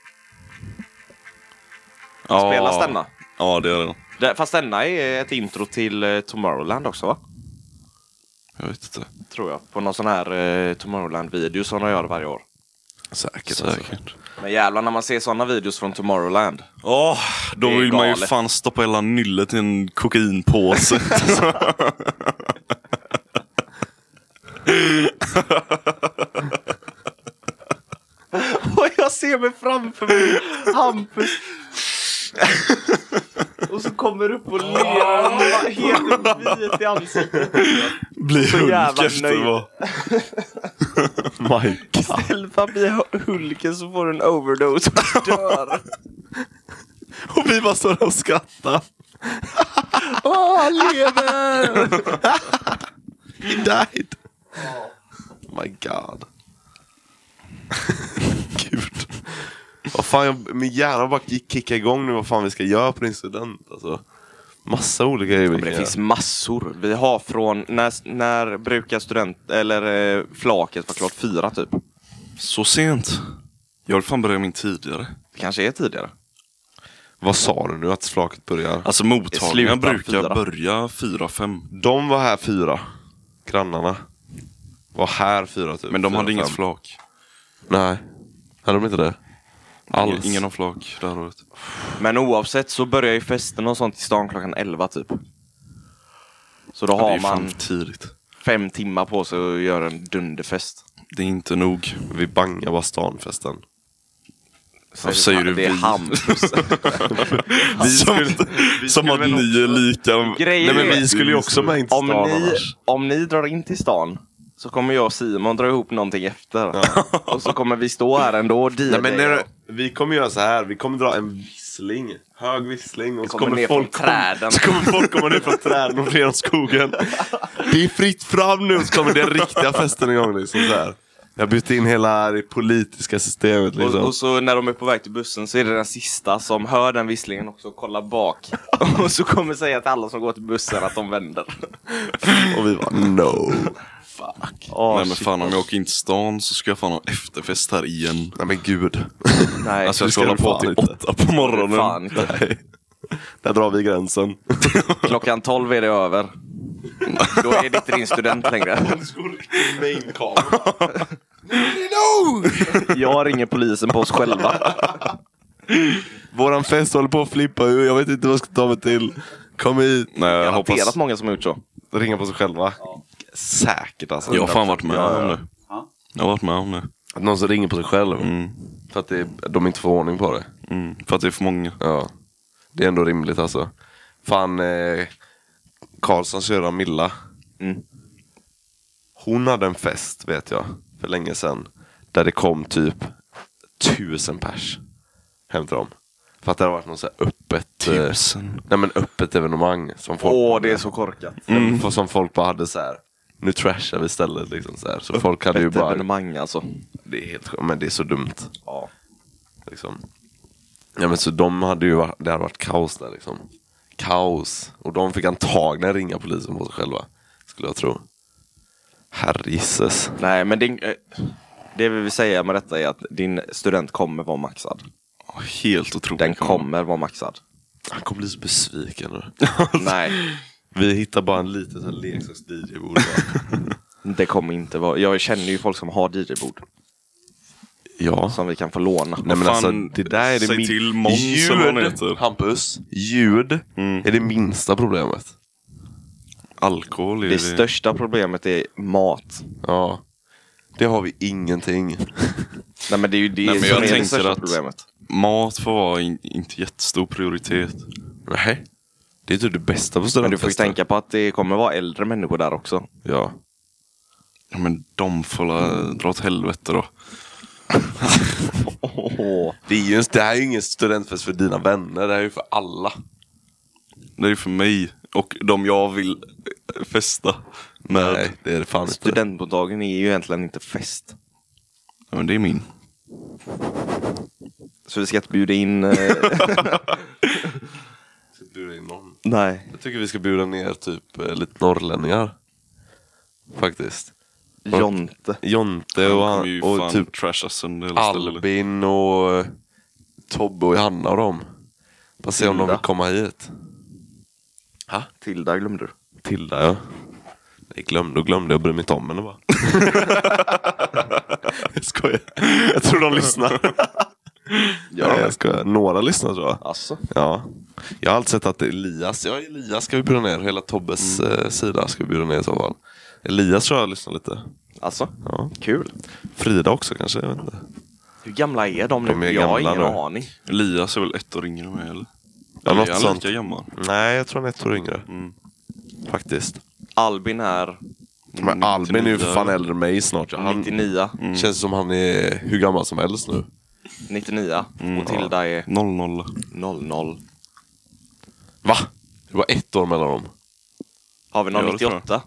Spelas denna? Ja, det är den. Det, fast denna är ett intro till eh, Tomorrowland också, va? Jag vet inte. Tror jag. På någon sån här eh, Tomorrowland-video som de gör varje år. Säkert. Alltså. Säkert. Men jävlar, när man ser såna videos från Tomorrowland. Åh, då Det är vill man ju galet. fan stoppa hela nyllet i en kokainpåse. Och jag ser mig framför mig Hampus. Och så kommer upp och ler. Han var helt vit i ansiktet. Blir Så Hulk jävla efter nöjd. vad? My God. Istället för att bli Hulken så får du en overdose och dör. Och vi bara står och skrattar. Åh, han lever! He died. My God. Gud. Vad fan, jag, min hjärna bara gick kicka igång nu vad fan vi ska göra på din student. Alltså. Massa olika grejer. Men det finns massor. Vi har från, när, när brukar student, eller eh, flaket var klart fyra typ. Så sent. Jag vill fan börja min tidigare. Det kanske är tidigare. Vad sa du nu att flaket börjar? Alltså mottagningen Sluta brukar fyra. börja fyra, fem. De var här fyra. Grannarna. Var här fyra typ. Men de fyra, hade inget fem. flak. Nej. Hade de inte det? Alls. Ingen, ingen har flak det här året. Men oavsett så börjar ju festen och sånt i stan klockan elva typ. Så då Ja, det har är fan man för tidigt. fem timmar på sig att göra en dunderfest. Det är inte nog. Vi bangar bara stanfesten. Varför säger du det är vi? Hampus. Vi som, vi som skulle att väl ni är lika. Grejen Nej men är- vi skulle ju också med in till om, stan ni, annars. om ni drar in till stan så kommer jag och Simon dra ihop någonting efter. Och så kommer vi stå här ändå och D J. Nej men när, vi kommer göra så här. Vi kommer dra en vissling. Hög vissling. Och så kommer kommer, ner folk från träden. Så kommer folk komma ner från träden och genom skogen. Det är fritt fram nu. Så kommer den riktiga festen igång liksom så här. Jag bytt in hela det politiska systemet liksom. Och, och så när de är på väg till bussen så är det den sista som hör den visslingen också och kollar bak. Och så kommer säga till alla som går till bussen att de vänder. Och vi bara no. Fuck. Oh, Nej men fan om jag åker in till stan så ska jag fan ha efterfest här igen. Nej men gud. Nej, Alltså jag det ska ska hålla du på fan till inte. åtta på morgonen. fan inte. Nej. Där drar vi gränsen. Klockan tolv är det över. Då är det inte din student längre. Jag ringer polisen på oss själva. Våran fest håller på att flippa ur. Jag vet inte vad jag ska ta mig till. Kom hit. Nej jag Garanterat hoppas. många som har gjort så. Ringa på sig själva. Säkert alltså. Jag har fan varit med Ja, om ja. det. Jag har varit med om det. Att någon som ringer på sig själv. Mm. För att det, de inte får ordning på det. Mm. För att det är för många. Ja. Det är ändå rimligt alltså. Fan, eh, Karlssons syrra Milla. Mm. Hon hade en fest, vet jag, för länge sedan. Där det kom typ tusen pers hem till dem. För att det har varit något så här öppet... Tusen? Eh, nej men öppet evenemang. Som folk, Åh, det är så korkat. mm. för, som folk bara hade så här. Nu trashar vi istället liksom så här. Så folk hade ju Ett bara... evenemang alltså. Det är helt skönt, men det är så dumt. Ja. Liksom. Ja men så de hade ju varit, det hade varit kaos där liksom. Kaos. Och de fick antagligen ringa polisen på sig själva. Skulle jag tro. Herregisses. Nej, men din, eh, det vi vill säga med detta är att din student kommer vara maxad. Ja, helt otroligt. Den kommer vara maxad. Han kommer bli så besviken nu. Nej, Vi hittar bara en liten sån leksaks-D J-bord. det kommer inte vara. Jag känner ju folk som har D J-bord. Ja. Som vi kan få låna. Nej men Fan, alltså, det där är det säg min... till Måns eller vad han Ljud, heter. Hampus, ljud Mm. är det minsta problemet. Alkohol är Det det. största problemet är mat. Ja. Det har vi ingenting. Nej, men det är ju det Nej, men som jag är det tänker största att- problemet. Mat får vara in, inte jättestor prioritet. Nej. Det är typ det bästa på Men studentfester. du får ju tänka på att det kommer vara äldre människor där också. Ja. Ja, men de får la, dra åt helvete då. Åh. Det, är ju, det här är ju ingen studentfest för dina vänner. Det här är ju för alla. Det är för mig och de jag vill festa med. Nej, det är det fan inte. Studentmottagningen är ju egentligen inte fest. Ja, men det är min. Så vi ska inte bjuda in... eh, Ska bjuda in någon. Nej. Jag tycker vi ska bjuda ner typ eh, lite norrlänningar. Faktiskt. Jonte. Jonte De och, kommer han, ju och fan typ trasha sönder hela stället. Albin och eh, Tobbe och Hanna och dem. Bara se om de Tilda. vill komma hit. Tilda glömde du. Tilda, ja. Jag glömde och glömde, jag bryr mig inte om henne bara. Jag skojar. Jag tror de lyssnar. Ja, jag skojar. Några lyssnar tror jag. Alltså. Ja. Jag har alltid sett att Elias, ja Elias ska vi bjuda ner. Hela Tobbes Mm. eh, sida ska vi bjuda ner i så fall. Elias tror jag lyssnar lite. Alltså. Ja. Kul. Frida också kanske, jag vet inte. Hur gamla är de nu? De är jag har gamla ingen nu. aning. Elias är väl ett år yngre än mig eller? Ja, Eller något är han sånt. lika gammal? Nej, jag tror han är ett år yngre. Mm. Faktiskt. Albin är Men Albin är ju för fan nittionio. äldre än mig snart. Ja, han nittionio. känns som han är hur gammal som helst nu. nittionio. Mm. Och Tilda är noll noll. noll noll. Va? Det var ett år mellan dem. Har vi någon Ja, det tror jag. nittioåtta?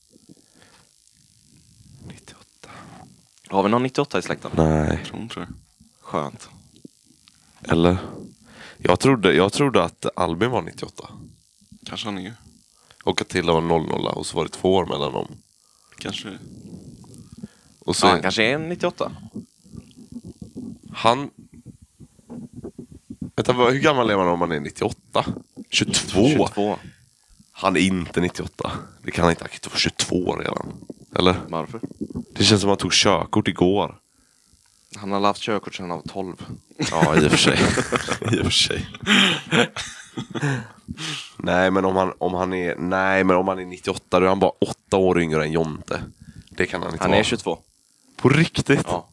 nittioåtta. Har vi någon nittioåtta i släkten? Nej. Tror inte det. Skönt. Eller? Jag trodde, jag trodde att Albin var nittioåtta. Kanske han är. Och att Tilda var noll noll och så var det två år mellan dem. Kanske är. Och så Så han kanske är en nittioåtta. han... Vänta, vad- hur gammal är man om man är nittioåtta? tjugotvå? tjugotvå. Han är inte nittioåtta. Det kan han inte. Han kan inte vara tjugotvå redan. Eller? Varför? Det känns som att han tog körkort igår. Han har haft körkort sedan han var tolv. Ja, i och för sig. I och för sig. Nej, men om han, om han är... Nej, men om han är nittioåtta, då är han bara åtta år yngre än Jonte. Det kan han inte Han vara. är tjugotvå. På riktigt? Ja.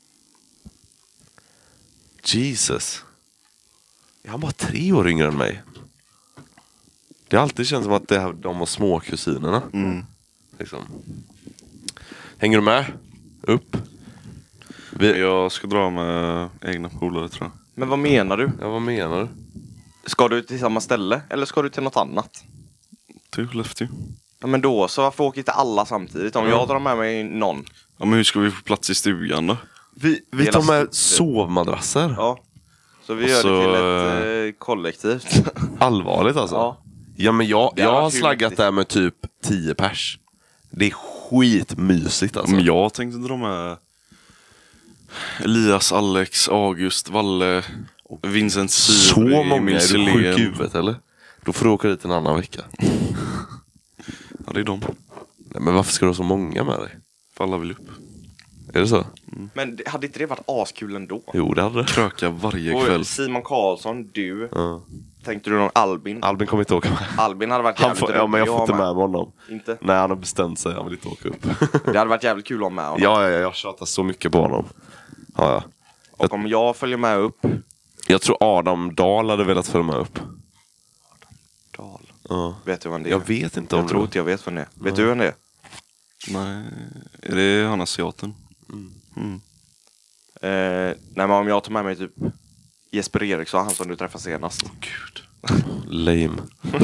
Jesus. Är han bara tre år yngre än mig? Det har alltid känts som att det här, de var små kusinerna. Mm. Liksom. Hänger du med? Upp? Vi, Jag ska dra med egna polare tror jag. Men vad menar du? ja, vad menar du? Ska du till samma ställe? Eller ska du till något annat? Till Skellefteå. Ja, men då så varför åker inte alla samtidigt? Om jag drar med mig någon. Ja, men hur ska vi få plats i stugan då? Vi, vi Hela tar med stort- sovmadrasser. Ja. Så vi Och gör så, det till ett eh, kollektivt. Allvarligt alltså. Ja. Ja, men jag, Det jag hade har varit hur slaggat mäktigt. där med typ tio pers. Det är skitmysigt alltså. Men jag tänkte dra med Elias, Alex, August, Valle, Vincent Så Syrby, många, Emil är du Selén. sjuk i huvudet eller? Då får du åka dit en annan vecka. Ja, det är de. Nej, men varför ska du ha så många med dig? För alla vill upp. Är det så? Men det- hade inte det varit askul ändå? Jo, det hade det. Kröka varje Och kväll. Simon Karlsson, du. Ja. Tänkte du någon Albin? Albin kommer inte åka med. Albin hade varit Han jävligt får, ja, men jag rolig får att inte ha med mig honom. Inte? Nej, han har bestämt sig. Han vill inte åka upp. Det hade varit jävligt kul att ha med honom. Ja, ja, jag tjatar så mycket på honom. Ja, ja. Och om jag följer med upp. Jag tror Adam Dahl hade velat följa med upp. Dahl. Ja. Vet du vem det är? Jag vet inte om Jag tror det. inte jag vet vem det är. Vet du vem det är? Nej, är det han asiaten? Mm. Eh, nej, men om jag tar med mig typ Jesper Eriksson, han som du träffade senast. Åh gud. Lame.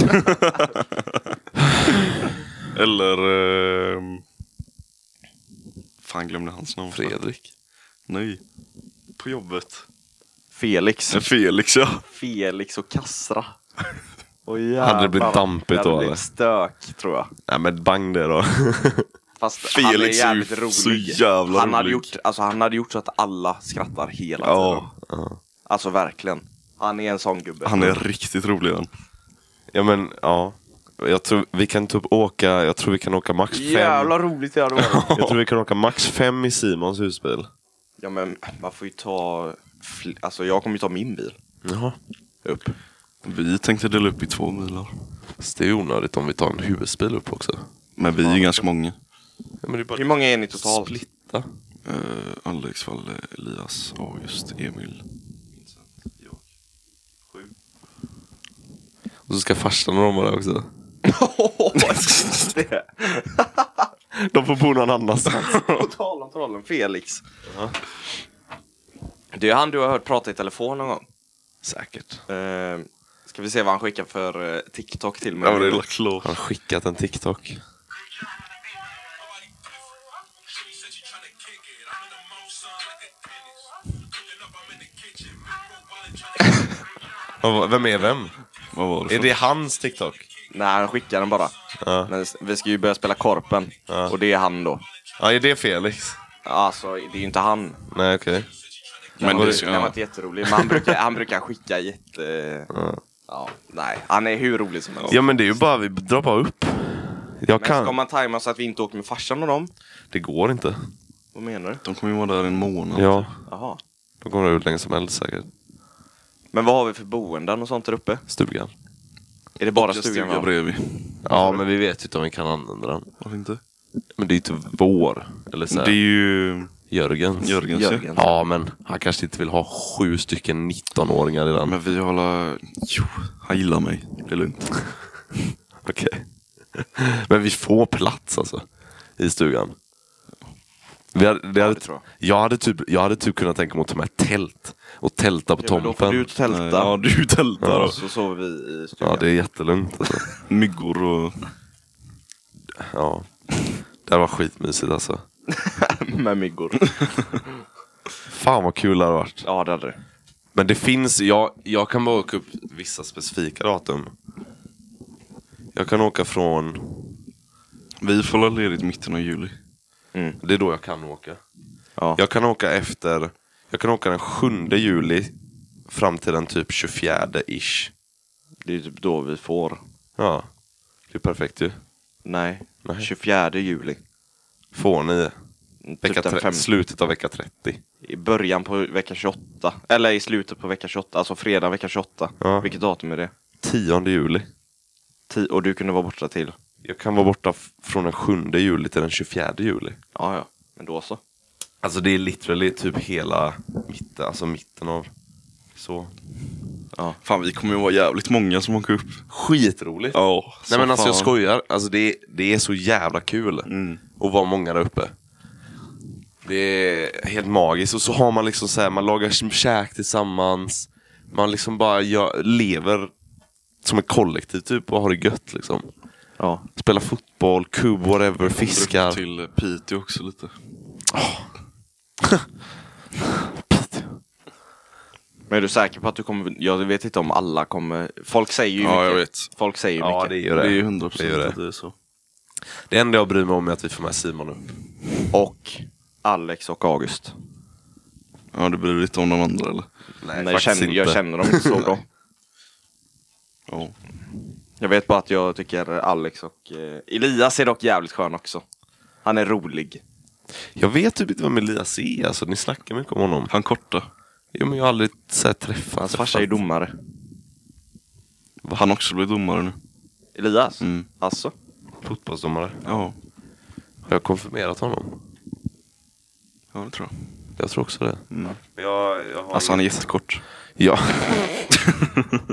Eller... Eh, fan, glömde hans namn. Fredrik. Nej. På jobbet. Felix. Eh, Felix, ja. Felix och Kassra. Oh, Hade det blivit dampigt då? då, Det hade eller? blivit stök, tror jag. Nej, men bang det då. Fast Felix han är är ju jävligt så rolig. jävla han hade rolig. gjort, alltså han hade gjort så att alla skrattar hela Ja. tiden. Alltså verkligen. Han är en sån gubbe. Han är riktigt rolig, han. Ja, men ja. Jag tror vi kan typ åka, jag tror vi kan åka max fem. Jävla roligt det hade varit. Jag tror vi kan åka max fem i Simons husbil. Ja, men man får ju ta... fl- Alltså jag kommer ju ta min bil. Jaha. Upp. Vi tänkte dela upp i två bilar. Så det är onödigt om vi tar en husbil upp också. Men vi är ju ganska många. Ja, men det är bara Hur många är ni totalt? splitta. Uh, Alex, Valle, Elias, August, Emil. Jag. Sju. Och så ska farsan och de vara där också. det. De får bo någon annanstans. På tal om trollen, Felix. Det är han du har hört prata i telefon någon gång. Säkert. Uh, ska vi se vad han skickar för uh, TikTok till mig. Ja, det är klart. Han har skickat en TikTok. Och vem är vem? Vad var det Är för? det hans TikTok? Nej, han skickar den bara. Ja. Men vi ska ju börja spela korpen. Ja. Och det är han då. Ja, är det Felix? Alltså, det är ju inte han. Nej, okej. Men det, det det ska... har varit jätteroligt. Men han brukar, han brukar skicka jätte... Ja, nej. Han är hur rolig som helst. Ja, men det är ju bara, vi drar bara upp. Jag Men ska kan. man tajma så att vi inte åker med farsan och dem? Det går inte. Vad menar du? De kommer ju vara där en månad. Ja, Jaha. de kommer ut länge som helst säkert. Men vad har vi för boenden och sånt där uppe? Stugan. Är det bara Och stugan? stuga va? bredvid. Ja, men vi vet ju inte om vi kan använda den. Varför inte? Men det är ju inte vår. Eller så här, Det är ju Jörgens. Jörgens. Jörgen. Ja, men han kanske inte vill ha sju stycken nitton-åringar i den. Men vi håller... Jo, han gillar mig. Det är lugnt. Okej. Men vi får plats alltså. I stugan. Vi hade, det hade, det tror jag. hade typ, jag hade typ kunnat tänka mig att ta med tält. Och tälta på Ja, men då får tomten. du ut och tälta. Nej, ja, du tältar. Ja. då. Så sover vi i stugan. Ja, det är jättelugnt alltså. Myggor och... Ja. Det här var skitmysigt alltså. Med myggor. Fan vad kul det hade varit. Ja, det hade det. Men det finns, jag, jag kan bara åka upp vissa specifika datum. Jag kan åka från, Vi får hålla ledigt mitten av juli. Mm. det är då jag kan åka. Ja. Jag kan åka efter, jag kan åka den sjunde juli fram till den typ tjugofjärde-ish. Det är typ då vi får. Ja, det är perfekt ju. Nej, Nej. tjugofjärde juli. Får ni Typ vecka den tre- fem- slutet av vecka trettio. I början på vecka tjugoåtta. Eller i slutet på vecka tjugoåtta. Alltså fredag vecka tjugoåtta. Ja. Vilket datum är det? tionde juli. Ti- och du kunde vara borta till? Jag kan vara borta f- från den sjunde juli till den tjugofjärde juli. Ja, ja. Men då så. Alltså det är literally typ hela mitten, alltså mitten av så. Ja. Fan, vi kommer ju vara jävligt många som åker upp. Skitroligt. Ja, Nej men alltså jag fan. skojar, alltså det, det är så jävla kul Mm. att vara många där uppe. Det är helt magiskt och så har man liksom så här, man lagar käk tillsammans. Man liksom bara gör, lever som ett kollektiv typ och har det gött liksom. Ja. Spelar fotboll, kubb, whatever, fiskar. Till Piteå också lite. Men är du säker på att du kommer... Jag vet inte om alla kommer... Folk säger ju Ja, mycket. jag vet. Folk säger ju Ja, mycket. det är ju Det det. är ju hundra Det är ju procent det. att det är så. Det enda jag bryr mig om är att vi får med Simon upp. Och Alex och August. Ja, det blir lite om de andra eller? Nej, jag, känner, jag känner dem inte så bra. Ja. Jag vet bara att jag tycker Alex och... Eh, Elias är dock jävligt skön också. Han är rolig. Jag vet typ inte vem Elias är, alltså ni snackar mycket om honom. Han korta. Jo men jag har aldrig så här träffat. Hans farsa är domare. Han också blir domare nu. Elias? Mm. Alltså? Fotbollsdomare. Ja, Har jag konfirmerat honom? ja det tror jag. Jag tror också det. Mm. Jag, jag har Alltså han är jättekort. Ja.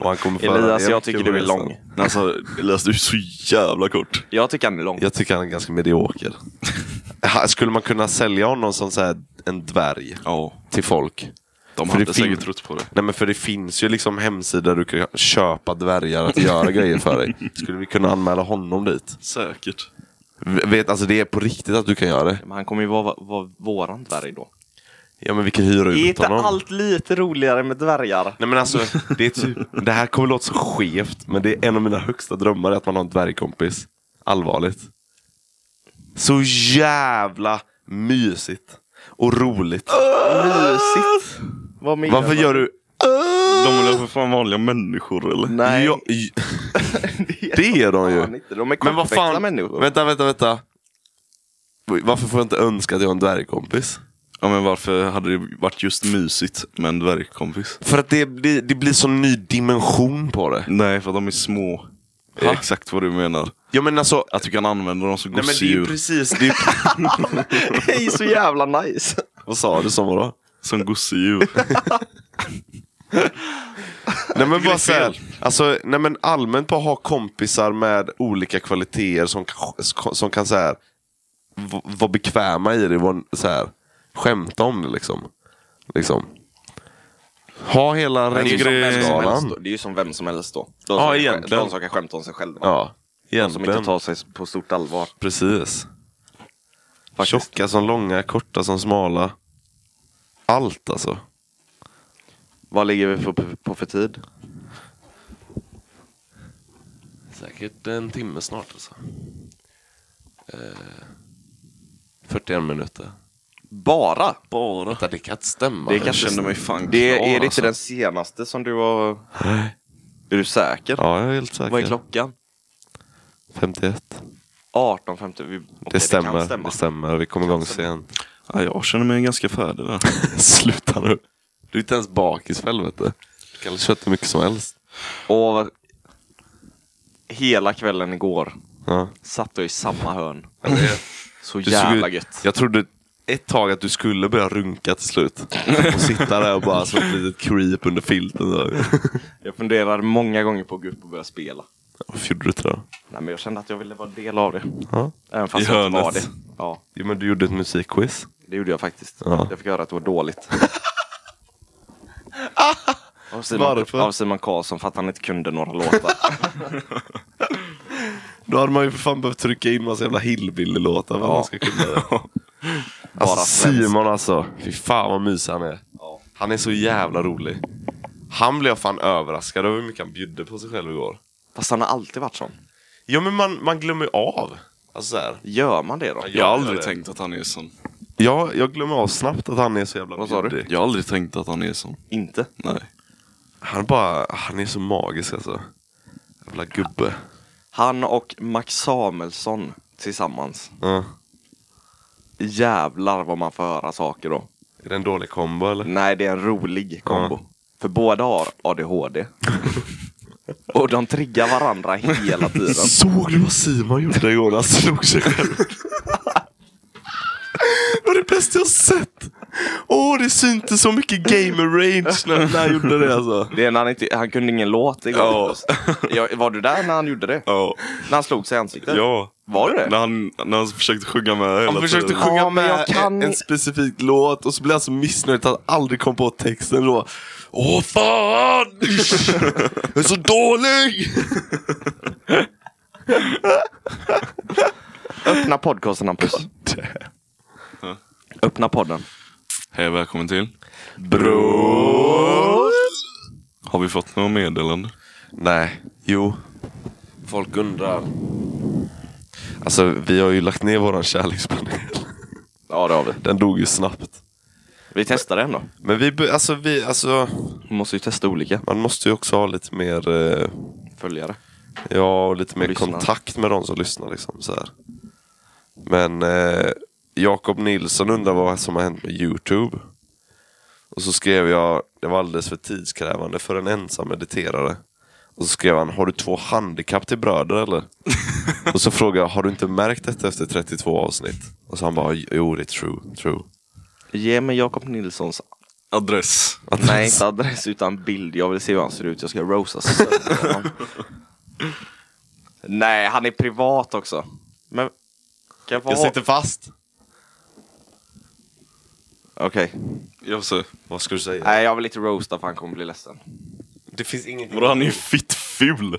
Och han kommer föra Elias, er jag mycket tycker på du är resan. lång. Alltså, Elias, du är så jävla kort. Jag tycker han är lång. Jag tycker han är ganska medioker. Ha- Skulle man kunna sälja honom som så här en dvärg Ja, till folk? de För hade det säkert fin- trott på det. Nej, men för det finns ju liksom hemsidor där du kan köpa dvärgar att göra grejer för dig. Skulle vi kunna anmäla honom dit? Säkert. V- Vet, alltså det är på riktigt att du kan göra det. Men han kommer ju vara, vara våran dvärg då. Ja, men vi kan hyra Är ut inte honom. allt lite roligare med dvärgar? Nej, men alltså, det är typ, det här kommer låta så skevt, men det är en av mina högsta drömmar är att man har en dvärgkompis. Allvarligt. Så jävla mysigt och roligt. Mysigt. Vad menar Varför du? gör du... De är för fan vanliga människor, eller? Nej. Ja, i- det är de ju. Fan inte. De är Men vad komplexa fan, människor. vänta, vänta, vänta. Varför får jag inte önska att jag har en dvärgkompis? Ja, men varför hade det varit just mysigt med en dvärgkompis? För att det, det, det blir så ny dimension på det. Nej, för att de är små. Det är exakt vad du menar. Ja, men alltså... Att du kan använda dem som Nej, men det är ju gosedjur. precis... Det är ju, Det är så jävla nice. vad sa du som var då? Som gosedjur. Nej, men det bara är så här, fel. alltså, nej, men allmänt på att ha kompisar med olika kvaliteter som, kan- som kan så här, v- vara bekväma i det, vara så här, skämta om det liksom. liksom. Ha hela Det är ju som vem som helst regnskalan. då. Det är ju som vem som helst då. De Ja, som, kan, egentligen. de som kan skämta om sig själva. Ja, De som inte egentligen. tar sig på stort allvar. Precis. Faktiskt. Tjocka som långa, korta som smala. Allt alltså. Vad ligger vi på, på för tid? Säkert en timme snart alltså. Eh, fyrtioen minuter. Bara? Bara. Vänta, det kan inte stämma. Det kan Jag kände mig fan Det, klar, är det inte alltså. den senaste som du har... Är du säker? Ja, jag är helt säker. Vad är klockan? femtioett. arton femtio. Vi, okej, Det stämmer, kan det, stämma. stämmer. Vi kommer igång sen. Ja, jag känner mig ganska färdig där. Sluta nu. Du är inte ens bakis för helvete. Du kan köra hur mycket som helst. Och hela kvällen igår Ja. satt jag i samma hörn. Så Du jävla skulle- gött. Jag trodde ett tag att du skulle börja runka till slut. Och sitta där och bara som ett litet creep under filten. Där. Jag funderade många gånger på att gå upp och börja spela. Varför gjorde du inte det? Nej, men jag kände att jag ville vara del av det. Ja. Även fast I jag inte var hörnet. det. Ja, Jo, men du gjorde ett musikquiz. det gjorde jag faktiskt. Ja. Jag fick höra att det var dåligt. Av Simon, Varför? av Simon Karlsson för att han inte kunde några låtar. Då hade man ju för fan behövt trycka in massa jävla hillbilly-låtar. Vad Ja. man ska kunna det. Bara Alltså svensk. Simon alltså. Fy fan vad mysig han är. Ja. Han är så jävla rolig. Han blev fan överraskad över hur mycket han bjöd på sig själv igår. Fast han har alltid varit sån. Ja, men man, man glömmer ju av. Alltså så här. Gör man det då? Ja, Jag har gör aldrig det. tänkt att han är sån. Ja, jag glömmer av snabbt att han är så jävla Vad sa du? bjudig. Jag har aldrig tänkt att han är sån. Inte? Nej. Han är bara, han är så magisk alltså. Jävla gubbe. Han och Max Samuelsson tillsammans. Ja. Jävlar vad man får höra saker då. Är det en dålig kombo eller? Nej, det är en rolig kombo. För båda har A D H D. Och de triggar varandra hela tiden. Såg du vad Simon gjorde igår när han slog sig själv? Det var det bästa jag sett. Åh, det syntes så mycket gamer range när, när han gjorde det alltså. Det är när han, inte, han kunde ingen låt igår. Ja. Ja, var du där när han gjorde det? Ja. När han slog sig i ansiktet? Ja. Var du det? När han, när han försökte sjunga med hela Han försökte tiden. sjunga Ja, men jag med kan- en, en specifik låt och så blev han så missnöjd att han aldrig kom på texten då. Åh fan! Jag är så dålig! Öppna podcasten, Hampus. Öppna podden. Hej, välkommen till. Bro! Har vi fått några meddelande? Nej, jo. Folk undrar. Alltså, vi har ju lagt ner våran kärlekspanel. Ja, det har vi. Den dog ju snabbt. Vi testar den då. Men vi, be- alltså, vi, alltså, Vi måste ju testa olika man måste ju också ha lite mer, eh, följare. ja, och lite mer Lyssnar. kontakt med de som lyssnar liksom så här. Men eh, Jakob Nilsson undrar vad som har hänt med YouTube. Och så skrev jag, det var alldeles för tidskrävande för en ensam mediterare. Och så skrev han, har du två handikapp till bröder eller? Och så frågade jag, har du inte märkt detta efter trettiotvå avsnitt? Och så han bara, jo det är true, true. Ge mig Jakob Nilssons Adress. Adress. Nej, inte adress utan bild. Jag vill se hur han ser ut. Jag ska roastas. Nej, han är privat också. Men kan jag få Jag ha... sitter fast. Okej. Jag ser. Vad ska du säga? Nej, jag vill inte roasta för han kommer bli ledsen. Det finns ingenting. Vadå, han är ju fitt ful.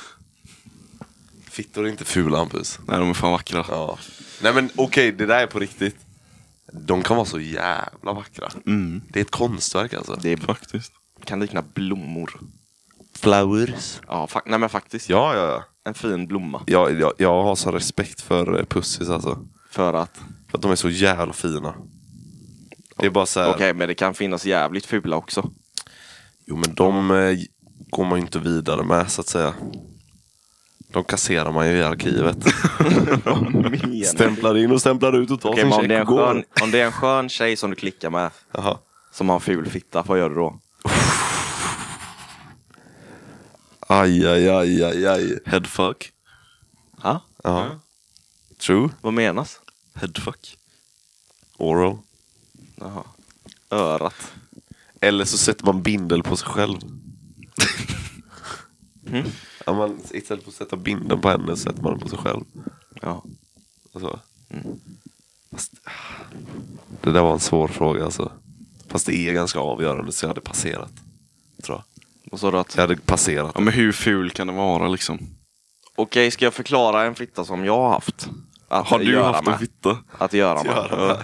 Fittor är inte fula, Hampus. Nej, de är fan vackra. Ja. Nej men okej, okay, det där är på riktigt. De kan vara så jävla vackra. Mm. Det är ett konstverk alltså. Det är, Faktiskt. kan likna blommor. Flowers. Ja, fa- nej men faktiskt. Ja, ja, ja. En fin blomma. Jag, jag, jag har så respekt för eh, pussis alltså. För att... För att de är så jävla fina. Det är bara så här. Okej, men det kan finnas jävligt fula också. Jo men de eh, går man ju inte vidare med så att säga. De kasserar man ju i arkivet. Stämplar in och stämplar ut och tar Okej, sin men om det, är check en och går. skön, om det är en skön tjej som du klickar med, Jaha. som har en ful fitta, vad gör du då? Aj, aj, aj, aj, aj. Headfuck. Ha? Ja. True. Vad menas? Headfuck. Oral. Jaha. Örat. Eller så sätter man bindel på sig själv. Mm. Ja, man, istället för att sätta bindeln på henne sätter man den på sig själv. Ja. Alltså. Fast, det där var en svår fråga alltså. Fast det är ganska avgörande så jag hade passerat. Tror jag. Vad sa du att... Jag hade passerat. Ja, men hur ful kan det vara liksom? Okej, ska jag förklara en fitta som jag har haft? Att Har du göra haft med? en fitta? Att göra med? Ja.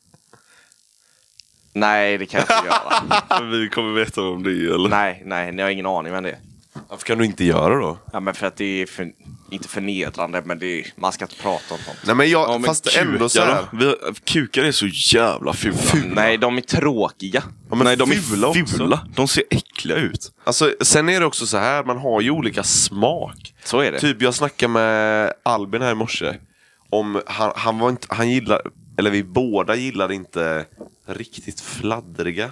Nej, det kan jag inte göra. För vi kommer veta om det är, eller? Nej, nej, ni har ingen aning vem det är. Varför kan du inte göra då? Ja, men för att det är för, inte förnedrande, men det är, man ska inte prata om sånt. Nej men jag, Ja, men fast ändå så kukar här. då? Vi, kukar är så jävla fula. Nej, de är tråkiga. Ja, men Nej, de fula är också. fula. De ser äckliga ut. Alltså, sen är det också så här, man har ju olika smak. Så är det. Typ jag snackade med Albin här i morse. Om han, han var inte, han gillar, eller vi båda gillade inte riktigt fladdriga.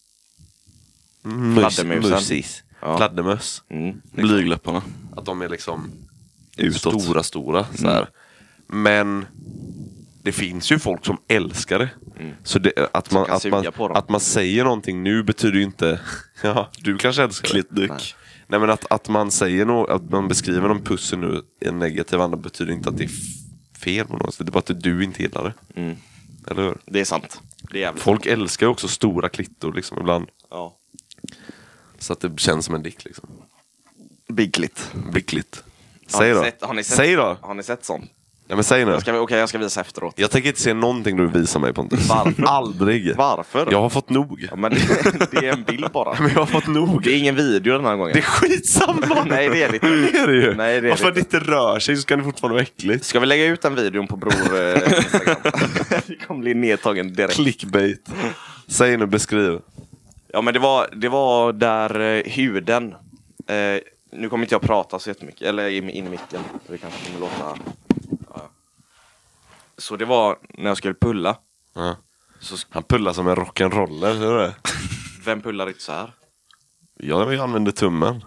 Fladdermusen. Musis. Ja. Fladdermöss. Mm. Blygläpparna. Att de är liksom Utåt. stora, stora. Så här. Men det finns ju folk som älskar det. Mm. Så det, att, man, kan att, man, suga på dem. att man säger någonting nu betyder ju inte... Ja, du kanske älskar det. Klittdyck. Nej men att, att man säger no, att man beskriver någon pussel nu i en negativ anda betyder inte att det är f- fel på något sätt. Det är bara att du inte gillar det. Mm. Eller hur? Det är sant. Det är jävligt. Folk älskar ju också stora klittor liksom ibland. Ja. Så att det känns som en dick liksom. Big clit. Big klit. Har Säg ni då. sett- har ni sett- Säg då. Har ni sett sånt? Ja men säg nu. Jag ska, okej, jag ska visa efteråt. Jag tänker inte se någonting du visar mig Pontus. Varför? Aldrig. Varför? Jag har fått nog. Ja, men det, det är en bild bara. Men jag har fått nog. Det är ingen video den här gången. Det är skitsamma. Nej, det är det inte. Det är det ju. Nej, det är Varför det det inte rör sig så ska det fortfarande vara äckligt. Ska vi lägga ut den videon på Bror eh, Instagram? Det kommer bli nedtagen direkt. Clickbait. Säg nu, beskriv. Ja, men det var, det var där eh, huden... Eh, nu kommer inte jag prata så jättemycket. Eller in, in i micken. Det kanske kommer låta... Ja, ja. Så det var när jag skulle pulla. Ja. Så sk- Han pullar som en rock'n'roller, hur är det? vem pullar inte så här? Jag använder tummen.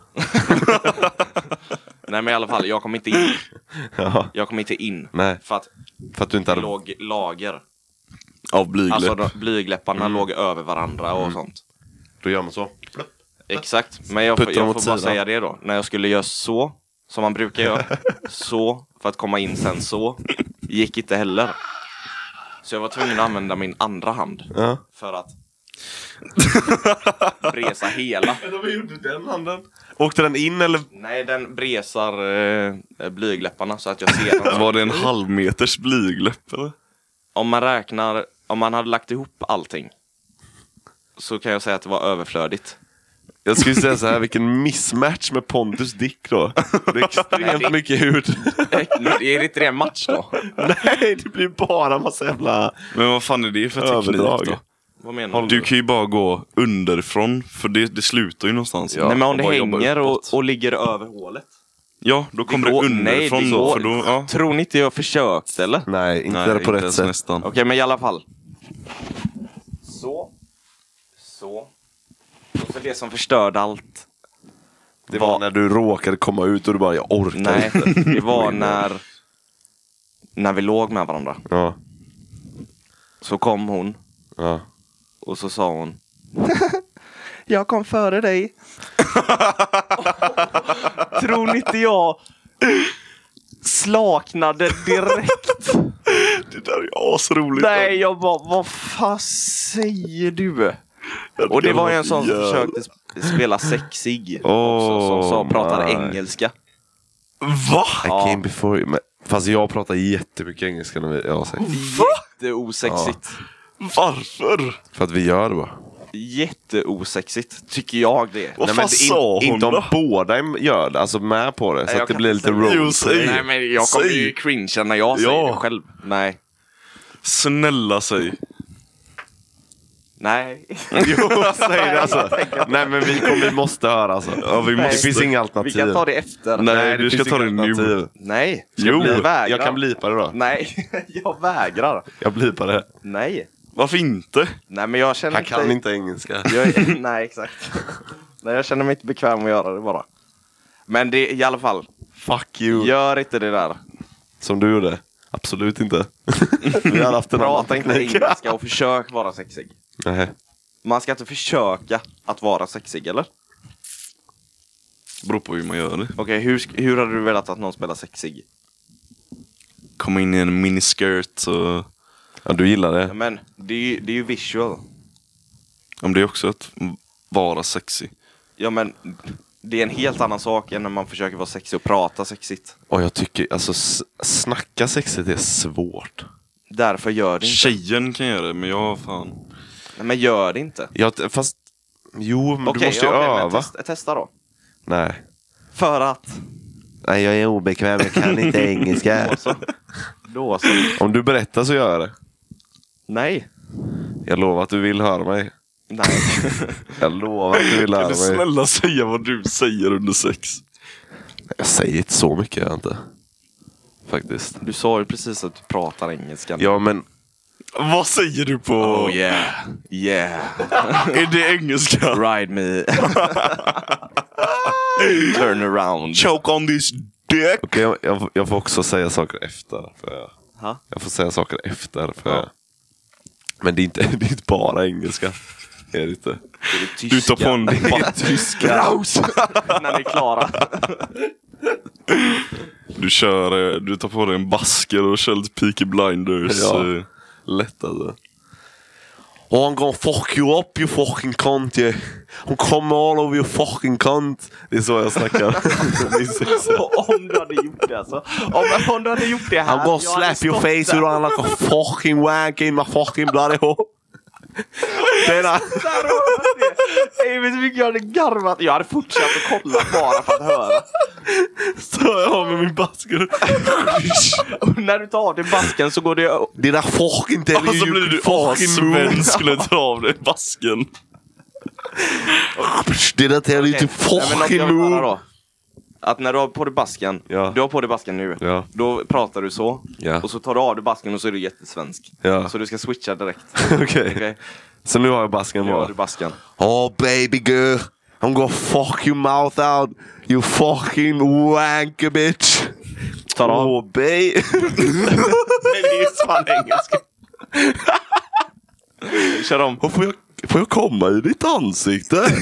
Nej, men i alla fall, jag kom inte in. Ja. Jag kom inte in. Nej, För att för att du inte det hade... låg lager. Av blygläpp. Alltså de, blygläpparna låg över varandra och sånt. Då gör man så. Exakt, men jag, Puttar får- dem jag åt får bara sidan. säga det då. När jag skulle göra så, som man brukar göra, så, för att komma in sen så, gick inte heller. Så jag var tvungen att använda min andra hand Ja. för att bresa hela. Vad gjorde den handen? Åkte den in eller? Nej, den bresar eh, blygläpparna så att jag ser dem. Var det en halvmeters blygläpp eller? Om man räknar, om man hade lagt ihop allting, så kan jag säga att det var överflödigt. Jag skulle säga så här, vilken mismatch med Pontus dick då. Det är extremt det- mycket hud. Är det inte det en match då? Nej, det blir bara massa jävla Men vad fan är det för överdrag. teknik då? Vad menar du? Du kan ju bara gå underifrån, för det, det slutar ju någonstans. Ja. Nej, men om Och det bara jobba hänger och, uppåt. och ligger över hålet. Ja, då kommer Det det, går- underifrån nej, det då. går- För då ja. Tror ni inte jag försökt eller? Nej, inte Nej, är det på rätt ens sätt. nästan. Okej, men i alla fall. Så. Så. Och så det som förstörde allt. Det var när du råkade komma ut och du bara, jag orkar Nej, inte. det var när... När vi låg med varandra. Ja, Så kom hon ja. och så sa hon: Jag kom före dig. Tror inte jag slaknade direkt. Det där är asroligt. Nej, jag bara, vad fan säger du? Och det var ju en sån som försökte spela sexig också, som sa, pratade nej. engelska. Va? I came before you. Men, fast jag pratar jättemycket engelska när vi, jag säger. Jätteosexigt. Varför? För att vi gör det bara. Jätteosexigt, tycker jag det. Vad Nej, fan men sa in, hon inte om då? båda gör det, alltså med på det. Så Jag att det kan blir inte lite säga- Jo, roll. säg. Nej, men jag kommer Säg. ju cringe när jag säger Ja. det själv. Nej. Snälla säg. Nej. Jo, jag säger det alltså. Nej, men vi, kommer, vi måste höra alltså. Ja, vi Det måste. finns inga Vi alternativ. kan ta det efter. Nej, Nej, du ska finns ta inga det nu. alternativ. Nej. Jo, jag vägrar. Jag kan blipa det då. Nej, jag vägrar. Jag blipar det. Nej. Varför inte? Nej, men jag känner Han kan inte engelska. Jag, nej, exakt. Nej, jag känner mig inte bekväm att göra det bara. Men det i alla fall. Fuck you. Gör inte det där. Som du gjorde. Absolut inte. Vi har haft en annan Prata inte teknik. engelska och försök vara sexig. Nej. Man ska inte försöka att vara sexig, eller? Beror på hur man gör det. Okej, hur, sk- hur hade du velat att någon spelar sexig? Komma in i en miniskirt och... Ja, du gillar det. Men det är ju, det är ju visual. Om det är också att vara sexy. Ja, men det är en helt annan sak än när man försöker vara sexig och prata sexigt. Och jag tycker, alltså s- snacka sexigt är svårt. Därför gör det inte. Tjejen kan göra det, men jag fan... Nej, men gör det inte. Jag, fast, jo, men Okej, du måste ju okej, men öva. testa, testa då. Nej. För att... Nej, jag är obekväm, jag kan inte engelska. Då så. Då så. Om du berättar så gör jag det. Nej. Jag lovar att du vill höra mig. Nej. Jag lovar att du vill höra Kan du mig. snälla säga vad du säger under sex? Jag säger inte så mycket, jag inte. Faktiskt. Du sa ju precis att du pratar engelska. Ja, men Vad säger du på... Oh yeah. Yeah. Är det engelska? Ride me. Turn around. Choke on this dick. okej, jag, jag, jag får också säga saker efter. För jag, Ha? jag får säga saker efter. För Ja. jag, men det är, inte, det är inte bara engelska. Det är det inte. Du tar på en Tyska. När ni är klara. Du kör, eh, du tar på dig en basker och kör lite Peaky Blinders. Ja. eh. Lätt alltså. Oh, I'm gonna fuck you up, you fucking cunt, yeah. I'm coming all over you fucking cunt. Det är så jag snackar. Om du hade gjort det alltså. Om, om du hade gjort det här. I'm gonna jag hade slap your stått face där. around like a fucking wank in my fucking bloody hole. Det är Där har jag det. Jag vet hur mycket jag hade garvat. Jag hade fortsatt att kolla bara för att höra. så jag har med min basker. Och när du tar av dig basken så går det... Did I fucking tell Och you så you blir du could fucking move? assvensk skulle ta av dig basken. Did I tell you to Nej, men något fucking jag vill höra move? då. Att när du har på dig basken. Ja. Du har på dig basken nu. Ja. Då pratar du så. Ja. Och så tar du av dig basken och så är du jättesvensk. Ja. Så du ska switcha direkt. Okej. Okej? Så nu har jag basken Nu har bara. du basken. Oh baby girl, I'm gonna fuck your mouth out, you fucking wanker bitch. Ta av. Oh baby. Nej, det är ju fan engelska. Kör om. Och får jag, får jag komma i ditt ansikte?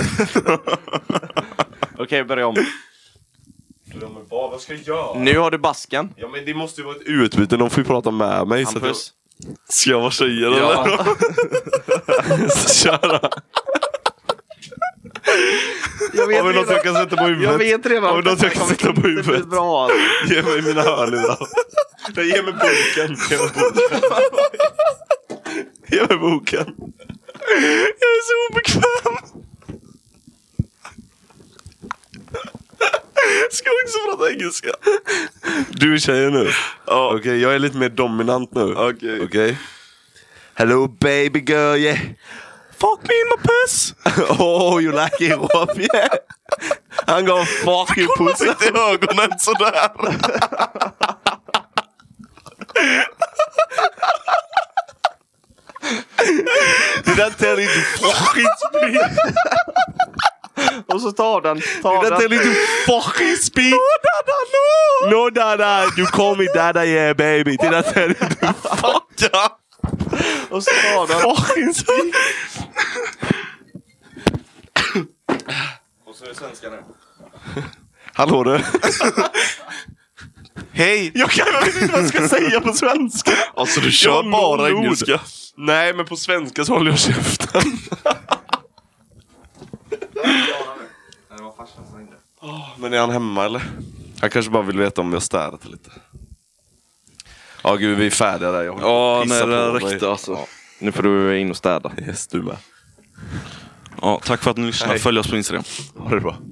Okej, börja om. Ja, men vad, vad ska jag göra? Nu har du basken. Ja, men det måste ju vara ett utbyte, de får ju prata med mig. Så att Hampus. Ska jag vara tjej eller? Ja. jag, så köra. Jag vet Har vi något jag kan sätta på huvudet? Jag vet redan. Har vi något jag kan sätta på Det blir huvudet? bra. Ge mig mina hörlurar. Nej, ge mig boken. Ge mig boken. Ge mig boken. Jag är så obekväm. Ska jag också prata engelska? Du är tjejen nu? Ja. Okej, jag är lite mer dominant nu. Okej. Okej. Hello baby girl, yeah. Fuck me in my puss! Oh, you like it rough, yeah. I'm gonna fuck you puss. Kolla inte i ögonen sådär. Did I tell you to fucking speak? Och så tar den. Tar Did I tell den. you to fucking speak? No dada, no. No dada, you call me dada, yeah baby. Did I tell you to fuck? Ja. Och så tar den. Fucking speak. Och så är det svenska nu. Hallå du. Hej! Jag kan jag vet inte vad jag ska säga på svenska. Alltså du kör Jag bara noll ord. engelska. Nej, men på svenska så håller jag käften. Det var farsan som ringde. Men är han hemma eller? Han kanske bara vill veta om jag städat lite. Ja gud, vi är färdiga där. Jag håller på Ja, att pissa nej, det på mig. räckte alltså. Nu får du in och städa. Yes, du med. Ja, tack för att ni lyssnade. Hej. Följ oss på Instagram. Ha det bra.